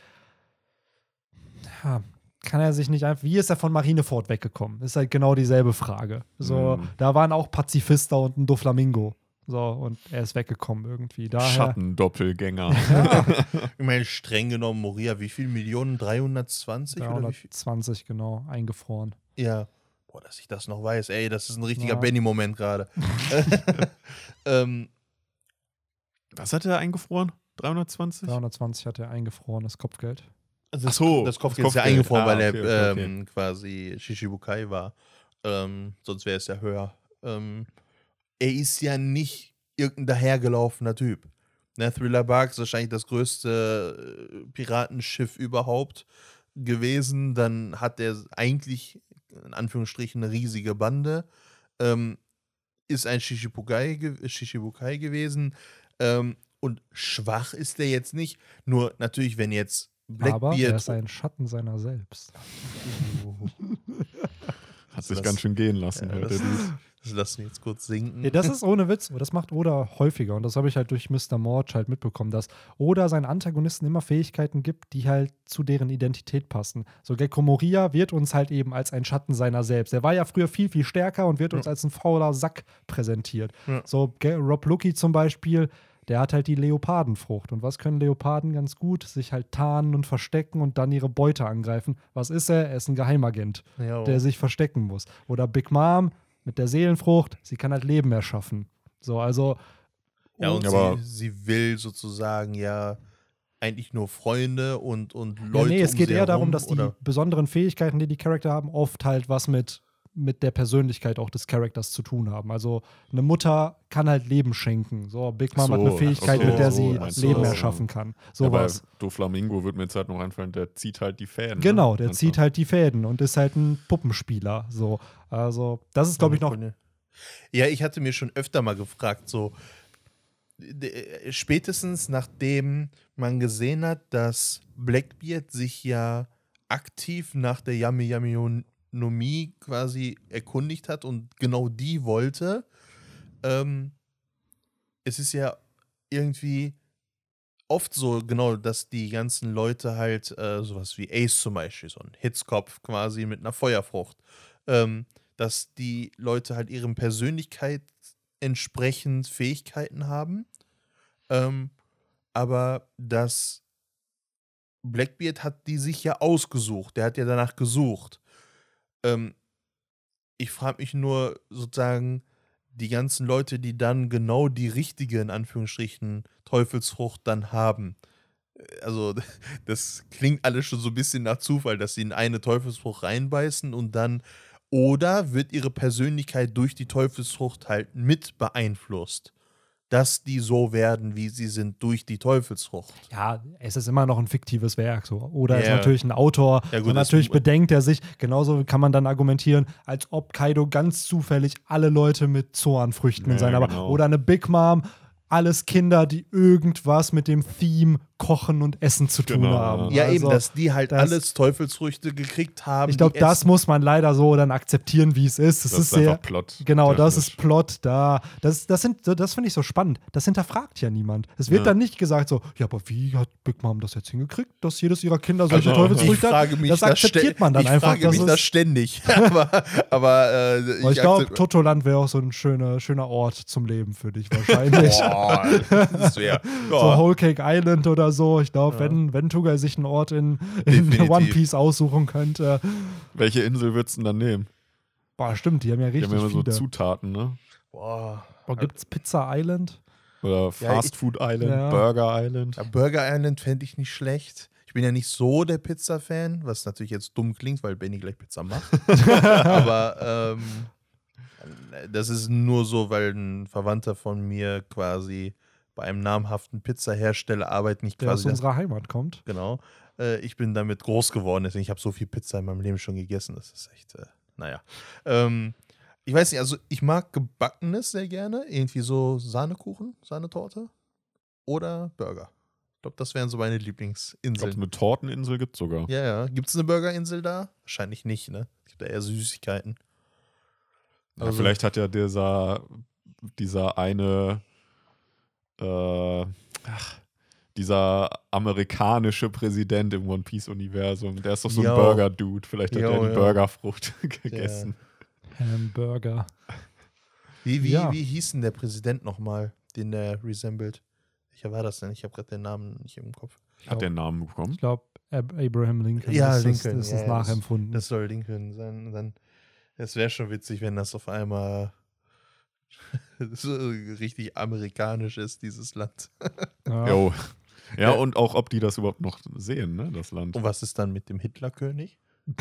Ja, kann er sich nicht einfach. Wie ist er von Marineford weggekommen? Ist halt genau dieselbe Frage. So, da waren auch Pazifista und ein Doflamingo. So, und er ist weggekommen irgendwie. Daher, Schattendoppelgänger. Ich meine, streng genommen, Moria, wie viel Millionen? 320 oder wie viel? 320, genau, eingefroren. Ja. Boah, dass ich das noch weiß. Ey, das ist ein richtiger Ja. Benny-Moment gerade. Was hat er eingefroren? 320? 320 hat er eingefroren, das Kopfgeld. Also Ach so, das das Kopfgeld ist ja Kopfgeld. eingefroren, weil Okay, er okay. quasi Shishibukai war. Sonst wäre es ja höher. Er ist ja nicht irgendein dahergelaufener Typ. Ne, Thriller Bark ist wahrscheinlich das größte Piratenschiff überhaupt gewesen. Dann hat er eigentlich, in Anführungsstrichen, eine riesige Bande. Ist ein Shishibukai gewesen. Und schwach ist er jetzt nicht. Nur natürlich, wenn jetzt Aber er Blackbeard. ist ein Schatten seiner selbst. Hat sich Das- ganz schön gehen lassen. Ja, heute, das, Dude. das lassen wir jetzt kurz sinken. Ja, das ist ohne Witz. Das macht Oda häufiger. Und das habe ich halt durch Mr. Morge halt mitbekommen, dass Oda seinen Antagonisten immer Fähigkeiten gibt, die halt zu deren Identität passen. So Gekko Moria wird uns halt eben als ein Schatten seiner selbst. Er war ja früher viel, viel stärker und wird uns als ein fauler Sack präsentiert. Ja. So Rob Lucky zum Beispiel, der hat halt die Leopardenfrucht. Und was können Leoparden ganz gut? Sich halt tarnen und verstecken und dann ihre Beute angreifen. Was ist er? Er ist ein Geheimagent, Ja, der sich verstecken muss. Oder Big Mom mit der Seelenfrucht, sie kann halt Leben erschaffen. So, also. ja, und Aber- sie will sozusagen ja eigentlich nur Freunde und Ja, Leute. nee, es um geht sie eher darum, herum, dass die oder? besonderen Fähigkeiten, die die Charakter haben, oft halt was mit der Persönlichkeit auch des Charakters zu tun haben. Also eine Mutter kann halt Leben schenken. So, Big Mom Ach so, hat eine Fähigkeit, ach so, mit der so sie meinst du Leben das. erschaffen kann. Ja, bei Sowas. Doflamingo wird mir jetzt halt noch einfallen, der zieht halt die Fäden. Genau, ne? der Einfach. zieht halt die Fäden und ist halt ein Puppenspieler. So, also das ist, glaube ich, noch. Ja, ich hatte mir schon öfter mal gefragt, so spätestens nachdem man gesehen hat, dass Blackbeard sich ja aktiv nach der Yami Yami no Mi quasi erkundigt hat und genau die wollte. Es ist ja irgendwie oft so, genau, dass die ganzen Leute halt sowas wie Ace zum Beispiel, so ein Hitzkopf quasi mit einer Feuerfrucht, dass die Leute halt ihren Persönlichkeit entsprechend Fähigkeiten haben, aber dass Blackbeard hat die sich ja ausgesucht, der hat ja danach gesucht. Ich frage mich nur sozusagen, die ganzen Leute, die dann genau die richtige, in Anführungsstrichen, Teufelsfrucht dann haben, also das klingt alles schon so ein bisschen nach Zufall, dass sie in eine Teufelsfrucht reinbeißen und dann, oder wird ihre Persönlichkeit durch die Teufelsfrucht halt mit beeinflusst, dass die so werden, wie sie sind durch die Teufelsfrucht. Ja, es ist immer noch ein fiktives Werk. So. Oder ist Ja. natürlich ein Autor. Ja, gut, und das- natürlich bedenkt er sich, genauso kann man dann argumentieren, als ob Kaido ganz zufällig alle Leute mit Zoan-Früchten in Ja, seiner genau. Oder eine Big Mom, alles Kinder, die irgendwas mit dem Theme Kochen und Essen zu tun Genau, haben. Ja, eben, Also, dass die halt das- alles Teufelsfrüchte gekriegt haben. ich glaube, die das essen. muss man leider so dann akzeptieren, wie es ist. Es Das ist ist einfach sehr. Plot. Genau, das technisch. ist Plot da. Das finde ich so spannend. Das hinterfragt ja niemand. Es wird Ja. dann nicht gesagt so, ja, aber wie hat Big Mom das jetzt hingekriegt, dass jedes ihrer Kinder solche Also, Teufelsfrüchte Ich hat? frage mich Das akzeptiert man dann ich einfach. frage mich das ständig. aber ich glaube, akzept- Totoland wäre auch so ein schöner Ort zum Leben für dich wahrscheinlich. Boah, das wäre. So Whole Cake Island oder so. Ich glaube, wenn Tugai sich einen Ort in Definitiv. One Piece aussuchen könnte. Welche Insel würdest du denn dann nehmen? Boah, stimmt, die haben ja Die richtig haben ja immer so viele. Zutaten, ne? Boah. Gibt es Pizza Island? Oder Fast Food Island, Ja. Burger Island. Ja, Burger Island fände ich nicht schlecht. Ich bin ja nicht so der Pizza-Fan, was natürlich jetzt dumm klingt, weil Benny gleich Pizza macht. Aber das ist nur so, weil ein Verwandter von mir quasi bei einem namhaften Pizzahersteller arbeitet, nicht Der aus quasi das, unserer Heimat kommt. genau. Ich bin damit groß geworden, deswegen ich habe so viel Pizza in meinem Leben schon gegessen. Das ist echt, naja. Ich weiß nicht, also ich mag Gebackenes sehr gerne. Irgendwie so Sahnekuchen, Sahnetorte oder Burger. Ich glaube, das wären so meine Ich glaube, Lieblingsinseln. eine Torteninsel gibt es sogar. Ja, ja. Gibt es eine Burgerinsel da? Wahrscheinlich nicht, ne? Es gibt da eher Süßigkeiten. Ja, Also- vielleicht hat ja dieser eine dieser amerikanische Präsident im One Piece-Universum, der ist doch so ein Jo. Burger-Dude. Vielleicht hat Jo, er die ja. Burgerfrucht gegessen. Hamburger. Wie Ja. hieß denn der Präsident nochmal, den der resembled? Welcher war das denn? Ich habe gerade den Namen nicht im Kopf. Hat der einen Namen bekommen? Ich glaube, Abraham Lincoln. Ja, das Lincoln, Ist, ja, ist ja, nachempfunden. Das soll Lincoln sein. Dann, es wäre schon witzig, wenn das auf einmal so richtig amerikanisch ist, dieses Land. ja. Jo. Ja, Ja. und auch, ob die das überhaupt noch sehen, ne, das Land. Und was ist dann mit dem Hitlerkönig?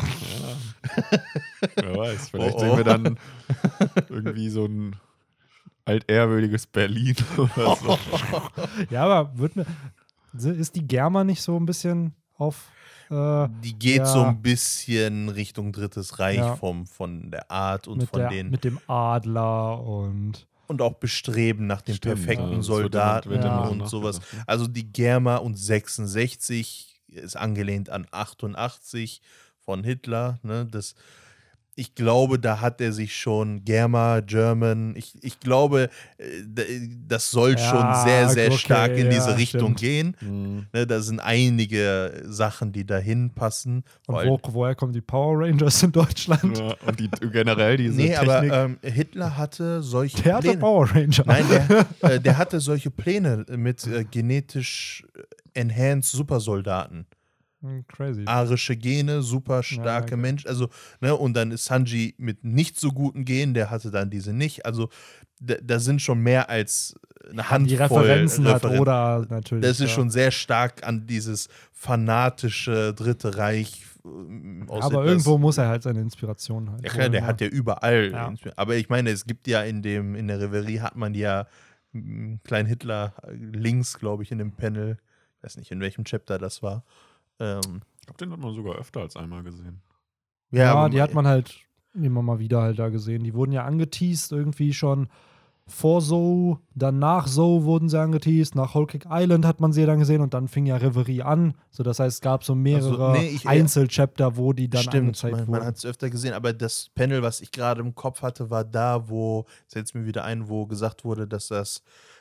Ja. Wer weiß, vielleicht Oh, oh. sehen wir dann irgendwie so ein altehrwürdiges Berlin oder so. Ja, aber ist die Germa nicht so ein bisschen auf. Die geht ja. so ein bisschen Richtung Drittes Reich Ja. von der Art und mit dem Adler und. und auch Bestreben nach dem Stimmt, perfekten ja, das Soldaten wird immer und sowas. Also die Germa und 66 ist angelehnt an 88 von Hitler. Ne? Ich glaube, da hat er sich schon Germa, German, ich glaube, das soll Ja, schon sehr, sehr okay, stark in diese ja, Richtung stimmt. gehen. Mhm. Ne? Da sind einige Sachen, die dahin passen. Und Vor allem- woher kommen die Power Rangers in Deutschland? Ja, und generell diese Nee, Technik. aber Hitler hatte solche Der hatte Pläne. Power Ranger. Nein, der hatte solche Pläne mit genetisch enhanced Supersoldaten. Crazy. Arische Gene, super starke okay. Menschen. Also, ne, und dann ist Sanji mit nicht so guten Genen, der hatte dann diese nicht. Also, da sind schon mehr als eine die Handvoll Referenzen hat Referen- Oda natürlich. Das ist ja. schon sehr stark an dieses fanatische Dritte Reich. Aber irgendwo muss er halt seine Inspiration halt. Ja klar, der holen, hat ja überall. Ja. Aber ich meine, es gibt ja in der Reverie hat man ja Klein Hitler links, glaube ich, in dem Panel. Ich weiß nicht, in welchem Chapter das war. Ich glaube, den hat man sogar öfter als einmal gesehen. Ja, aber die hat man halt immer mal wieder halt da gesehen. Die wurden ja angeteased irgendwie schon vor So, dann nach So wurden sie angeteased, nach Whole Cake Island hat man sie dann gesehen und dann fing ja Reverie an. So, das heißt, es gab so mehrere Einzelchapter, wo die dann Stimmt, angezeigt man wurden. hat es öfter gesehen, aber das Panel, was ich gerade im Kopf hatte, war da, wo, setzt mir wieder ein, wo gesagt wurde, dass das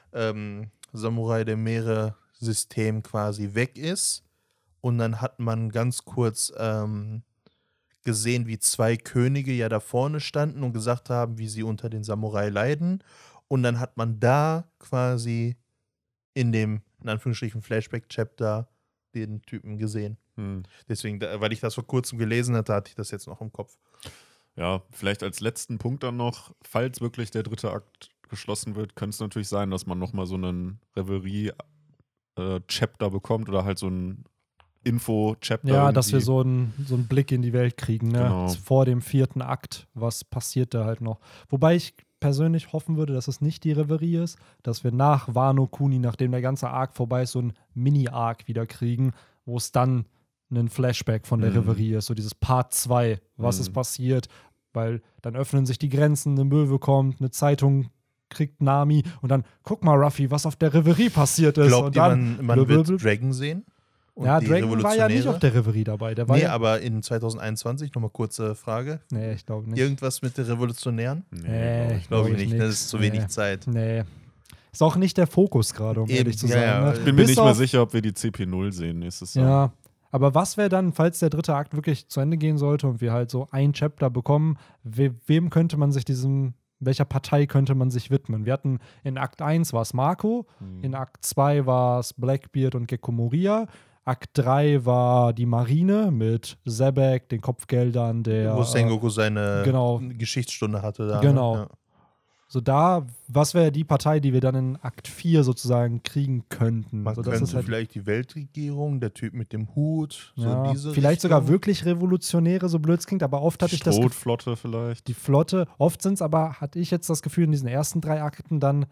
Samurai der Meere-System quasi weg ist. Und dann hat man ganz kurz gesehen, wie zwei Könige ja da vorne standen und gesagt haben, wie sie unter den Samurai leiden. Und dann hat man da quasi in dem, in Anführungsstrichen, Flashback-Chapter den Typen gesehen. Deswegen, weil ich das vor kurzem gelesen hatte, hatte ich das jetzt noch im Kopf. Ja, vielleicht als letzten Punkt dann noch, falls wirklich der dritte Akt geschlossen wird, könnte es natürlich sein, dass man nochmal so einen Reverie Chapter bekommt oder halt so ein Info-Chapter. Ja, dass wir irgendwie. so einen Blick in die Welt kriegen, ne? Genau. Vor dem 4. Akt, was passiert da halt noch. Wobei ich persönlich hoffen würde, dass es nicht die Reverie ist, dass wir nach Wano Kuni, nachdem der ganze Arc vorbei ist, so ein Mini-Arc wieder kriegen, wo es dann ein Flashback von der Reverie ist, so dieses Part 2, was ist passiert, weil dann öffnen sich die Grenzen, eine Möwe kommt, eine Zeitung kriegt Nami und dann, guck mal, Ruffy, was auf der Reverie passiert ist. Glaubt und ihr, dann man wird Dragon sehen? Und ja, die Dragon war ja nicht auf der Reverie dabei. Der war Nee, ja, aber in 2021, nochmal kurze Frage. nee, ich glaube nicht. Irgendwas mit der Revolutionären? Nee, Glaube ich nicht, das ist zu wenig Zeit. Nee. Ist auch nicht der Fokus gerade, um Eben, ehrlich zu ja, sein. ja. Ne? Ich bin mir Bis nicht mehr auf- sicher, ob wir die CP0 sehen nächstes Jahr. Ja, aber was wäre dann, falls der 3. Akt wirklich zu Ende gehen sollte und wir halt so ein Chapter bekommen, wem könnte man sich welcher Partei könnte man sich widmen? Wir hatten in Akt 1 war es Marco, in Akt 2 war es Blackbeard und Gekko Moria, Akt 3 war die Marine mit Zebek, den Kopfgeldern, der Wo Sengoku seine genau. Geschichtsstunde hatte. Da, Genau. Ne? Ja. so was wäre die Partei, die wir dann in Akt 4 sozusagen kriegen könnten? Man so, das könnte ist halt, vielleicht die Weltregierung, der Typ mit dem Hut, so ja, diese vielleicht Richtung. sogar wirklich Revolutionäre, so blöd es klingt, aber oft hatte ich das Gefühl, Strohflotte vielleicht. die Flotte, oft sind es aber, hatte ich jetzt das Gefühl, in diesen ersten 3 Akten dann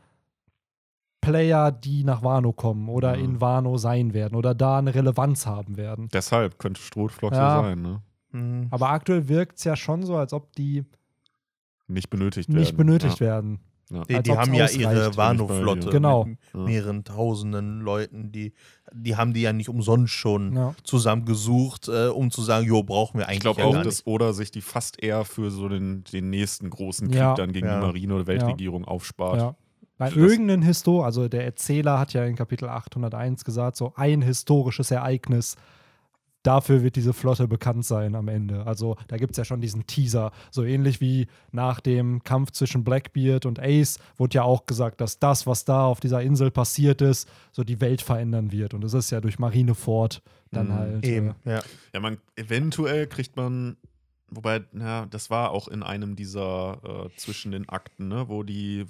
Player, die nach Wano kommen oder in Wano sein werden oder da eine Relevanz haben werden. Deshalb könnte Strohflotte Ja. sein, ne? Mhm. Aber aktuell wirkt es ja schon so, als ob die Nicht benötigt werden. nicht benötigt werden. Die, als die ob's haben ja ausreicht. ihre Wano-Flotte Genau. mit mehreren tausenden Leuten, die haben die ja nicht umsonst schon Ja. zusammengesucht, um zu sagen, jo, brauchen wir eigentlich Ich glaube ja auch, gar dass Oda sich die fast eher für so den nächsten großen Krieg Ja. dann gegen Ja. die Marine oder Weltregierung aufspart. Ja. Weil Das- irgendein also der Erzähler hat ja in Kapitel 801 gesagt, so ein historisches Ereignis, dafür wird diese Flotte bekannt sein am Ende. Also da gibt es ja schon diesen Teaser. So ähnlich wie nach dem Kampf zwischen Blackbeard und Ace wurde ja auch gesagt, dass das, was da auf dieser Insel passiert ist, so die Welt verändern wird. Und es ist ja durch Marineford dann halt. Eben, ja. Ja, eventuell kriegt man, wobei, ja, das war auch in einem dieser zwischen den Akten, ne, wo die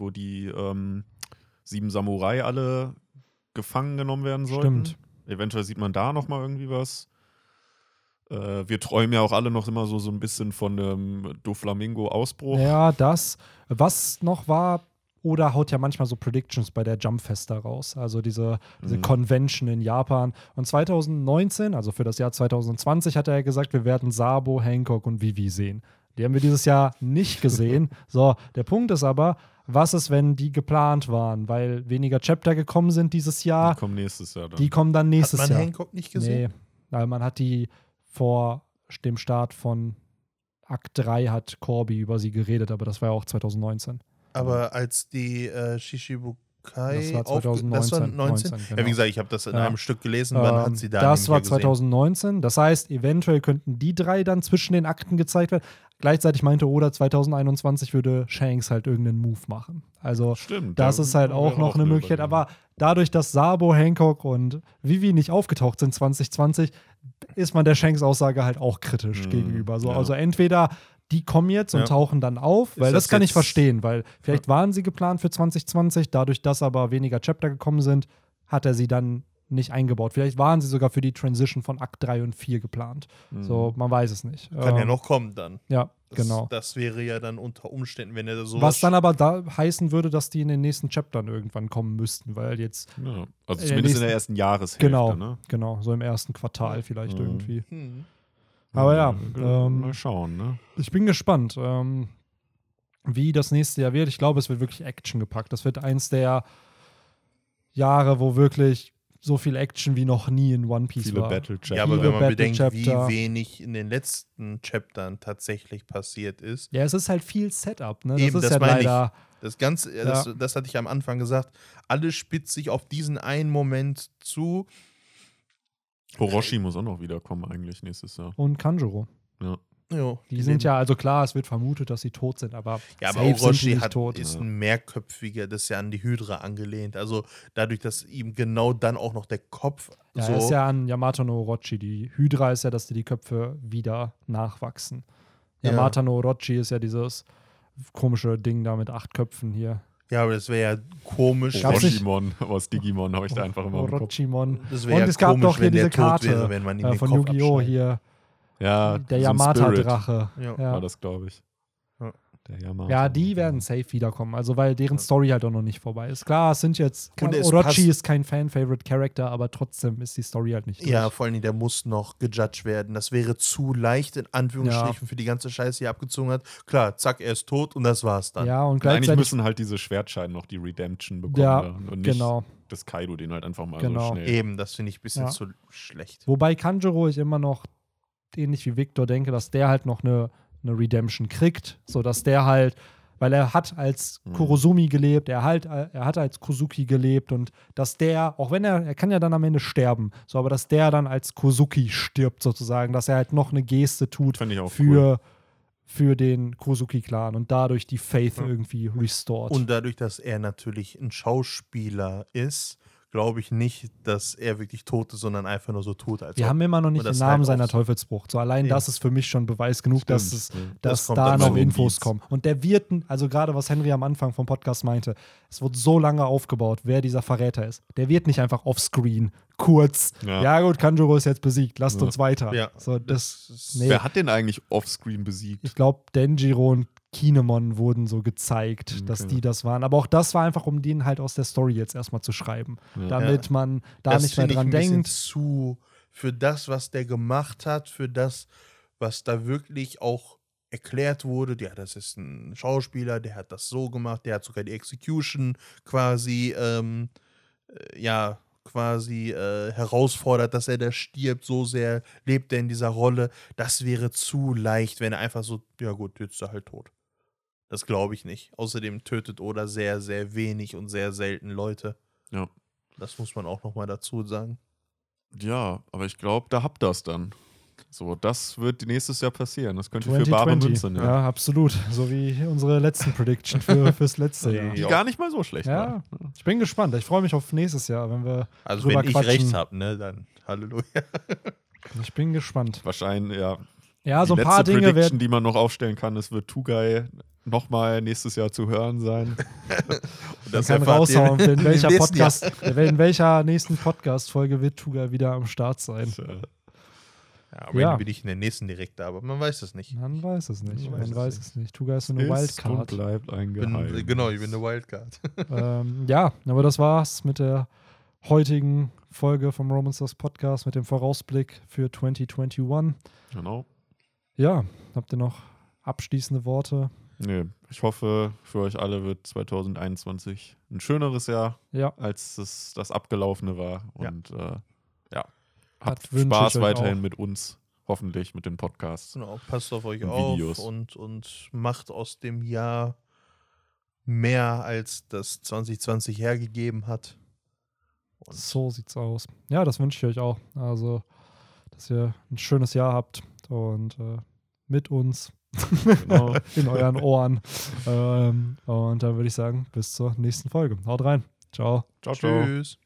7 Samurai alle gefangen genommen werden sollten. Stimmt. Eventuell sieht man da nochmal irgendwie was. Wir träumen ja auch alle noch immer so ein bisschen von dem Doflamingo-Ausbruch. Ja, das. Was noch war, Oda haut ja manchmal so Predictions bei der Jump Fest da raus. Also diese Convention in Japan. Und 2019, also für das Jahr 2020, hat er ja gesagt, wir werden Sabo, Hancock und Vivi sehen. Die haben wir dieses Jahr nicht gesehen. So, der Punkt ist aber, was ist, wenn die geplant waren? Weil weniger Chapter gekommen sind dieses Jahr. Die kommen nächstes Jahr dann. Die kommen dann nächstes Hat man Jahr. Hancock nicht gesehen? Nee, weil man hat die vor dem Start von Akt 3 hat Corby über sie geredet, aber das war ja auch 2019. Aber als die Shishibukai Das war das war 2019. 19? genau. Ja, wie gesagt, ich habe das in Ja. einem Stück gelesen, wann hat sie da Das nämlich war ja gesehen? 2019. Das heißt, eventuell könnten die 3 dann zwischen den Akten gezeigt werden. Gleichzeitig meinte Oda, 2021 würde Shanks halt irgendeinen Move machen. Also Stimmt. das da ist halt wäre auch noch eine Möglichkeit. Überlegung. Aber dadurch, dass Sabo, Hancock und Vivi nicht aufgetaucht sind 2020, ist man der Shanks-Aussage halt auch kritisch gegenüber. So, ja. Also entweder die kommen jetzt und Ja. tauchen dann auf, weil das das kann ich jetzt- verstehen, weil vielleicht waren sie geplant für 2020, dadurch, dass aber weniger Chapter gekommen sind, hat er sie dann nicht eingebaut. Vielleicht waren sie sogar für die Transition von Akt 3 und 4 geplant. So, man weiß es nicht. Kann ja noch kommen dann. Ja, Das, genau. Das wäre ja dann unter Umständen, wenn er da sowas. Was dann aber da heißen würde, dass die in den nächsten Chaptern irgendwann kommen müssten, weil jetzt Ja. Also der zumindest in nächsten- der ersten Jahreshälfte. genau, Ne? genau, so im ersten Quartal vielleicht irgendwie. Hm. Aber ja, Mal schauen, ne? ich bin gespannt, wie das nächste Jahr wird. Ich glaube, es wird wirklich Action gepackt. Das wird eins der Jahre, wo wirklich so viel Action wie noch nie in One Piece Viele war. Battle Chapter. Ja, aber Viele wenn man Battle bedenkt, Chapter. wie wenig in den letzten Chaptern tatsächlich passiert ist. Ja, es ist halt viel Setup, ne? Das Eben, ist das ja meine ich. leider. Das Ganze, das hatte ich am Anfang gesagt, alles spitzt sich auf diesen einen Moment zu. Orochi muss auch noch wiederkommen eigentlich nächstes Jahr. Und Kanjuro. Ja. Jo, Die sind ja, also klar, es wird vermutet, dass sie tot sind, aber Ja, aber safe sind die Orochi nicht hat, tot. ist ein mehrköpfiger, das ist ja an die Hydra angelehnt. Also dadurch, dass ihm genau dann auch noch der Kopf Ja, so. er ist ja an Yamato no Orochi. Die Hydra ist ja, dass die Köpfe wieder nachwachsen. Ja. Yamato no Orochi ist ja dieses komische Ding da mit 8 Köpfen hier. Ja, aber das wäre ja komisch. Gab's nicht- Orochimon aus Digimon habe ich da einfach immer im Kopf. Orochimon. Das Und wäre ja es gab komisch, doch hier wenn der diese tot Karte wäre, wenn man ihm den von Kopf Yu-Gi-Oh! abschneidet. Hier. Ja, Der so ein Spirit Yamata-Drache. Ja. Ja. war das, glaube ich. Ja. Der Yamata. Ja, die werden safe wiederkommen. Also, weil deren Story halt auch noch nicht vorbei ist. Klar, es sind jetzt. Und es Orochi passt- ist kein Fan-Favorite-Character, aber trotzdem ist die Story halt nicht durch. Ja, vor allen Dingen, der muss noch gejudged werden. Das wäre zu leicht, in Anführungsstrichen, für die ganze Scheiße, die er abgezogen hat. Klar, zack, er ist tot und das war's dann. Ja, und Eigentlich gleichzeitig. müssen halt diese Schwertscheiden noch die Redemption bekommen. Ja, ne? Und nicht, genau. dass Kaido den halt einfach mal Genau. so schnell. Eben, das finde ich ein bisschen Ja. zu schlecht. Wobei Kanjuro ich immer noch ähnlich wie Victor denke, dass der halt noch eine Redemption kriegt, sodass der halt, weil er hat als Kurosumi gelebt, er hat als Kozuki gelebt und dass der, auch wenn er kann ja dann am Ende sterben, so, aber dass der dann als Kozuki stirbt sozusagen, dass er halt noch eine Geste tut Fände ich auch für den Kozuki-Clan und dadurch die Faith irgendwie restored. Und dadurch, dass er natürlich ein Schauspieler ist, glaube ich nicht, dass er wirklich tot ist, sondern einfach nur so tot. Als wir ob- haben immer noch nicht und den das Namen halt seiner auch so- Teufelsbruch. So allein Ja. das ist für mich schon Beweis genug, dass Stimmt. Das kommt da dann noch noch Infos Indiz. kommen. Und der wird, also gerade was Henry am Anfang vom Podcast meinte, es wird so lange aufgebaut, wer dieser Verräter ist. Der wird nicht einfach offscreen, kurz. Ja. Ja gut, Kanjuro ist jetzt besiegt, lasst Ja. uns weiter. Ja. So, Das ist- nee. Wer hat den eigentlich offscreen besiegt? Ich glaube, Denjiro und Kinemon wurden so gezeigt, dass Okay. die das waren. Aber auch das war einfach, um den halt aus der Story jetzt erstmal zu schreiben. Ja. Damit man da das nicht mehr finde ich dran ein bisschen denkt. zu für das, was der gemacht hat, für das, was da wirklich auch erklärt wurde. Ja, das ist ein Schauspieler, der hat das so gemacht, der hat sogar die Execution quasi herausfordert, dass er da stirbt, so sehr lebt er in dieser Rolle. Das wäre zu leicht, wenn er einfach so, ja gut, jetzt ist er halt tot. Das glaube ich nicht. Außerdem tötet Oda sehr, sehr wenig und sehr selten Leute. Ja. Das muss man auch nochmal dazu sagen. Ja, aber ich glaube, da habt ihr es dann. So, das wird nächstes Jahr passieren. Das könnte für bare 2020. Münze, ne? Ja, absolut. So wie unsere letzten Prediction fürs letzte Jahr. Die Ja. gar nicht mal so schlecht Ja, waren. ich bin gespannt. Ich freue mich auf nächstes Jahr, wenn wir Also drüber wenn ich quatschen. recht habe, ne, dann Halleluja. Ich bin gespannt. Wahrscheinlich, ja. Ja, so Die ein paar letzte Dinge Prediction, werden. die man noch aufstellen kann, es wird Tugai nochmal nächstes Jahr zu hören sein. Man Das kann erfahrt ihr raushauen, in welcher im nächsten Jahr. Podcast, in welcher nächsten Podcast-Folge wird Tuga wieder am Start sein. Ja, am Ja. Ende bin ich in der nächsten direkt da, aber man weiß es nicht. Man weiß es nicht. Man Man weiß weiß es es nicht. Tuga ist so eine Ist und Wildcard. bleibt ein Ich bin eine Wildcard. Ja, aber das war's mit der heutigen Folge vom Romans Stars Podcast mit dem Vorausblick für 2021. Genau. Ja, habt ihr noch abschließende Worte? Nee, ich hoffe, für euch alle wird 2021 ein schöneres Jahr, Ja, als das abgelaufene war. Ja. Und habt wünsche Spaß ich euch weiterhin auch. mit uns, hoffentlich mit den Podcasts. Genau, passt auf euch Und auf Videos. und macht aus dem Jahr mehr, als das 2020 hergegeben hat. Und so sieht's aus. Ja, das wünsche ich euch auch. Also, dass ihr ein schönes Jahr habt und mit uns Genau. in euren Ohren. Und dann würde ich sagen, bis zur nächsten Folge. Haut rein. Ciao. Ciao, ciao. tschüss.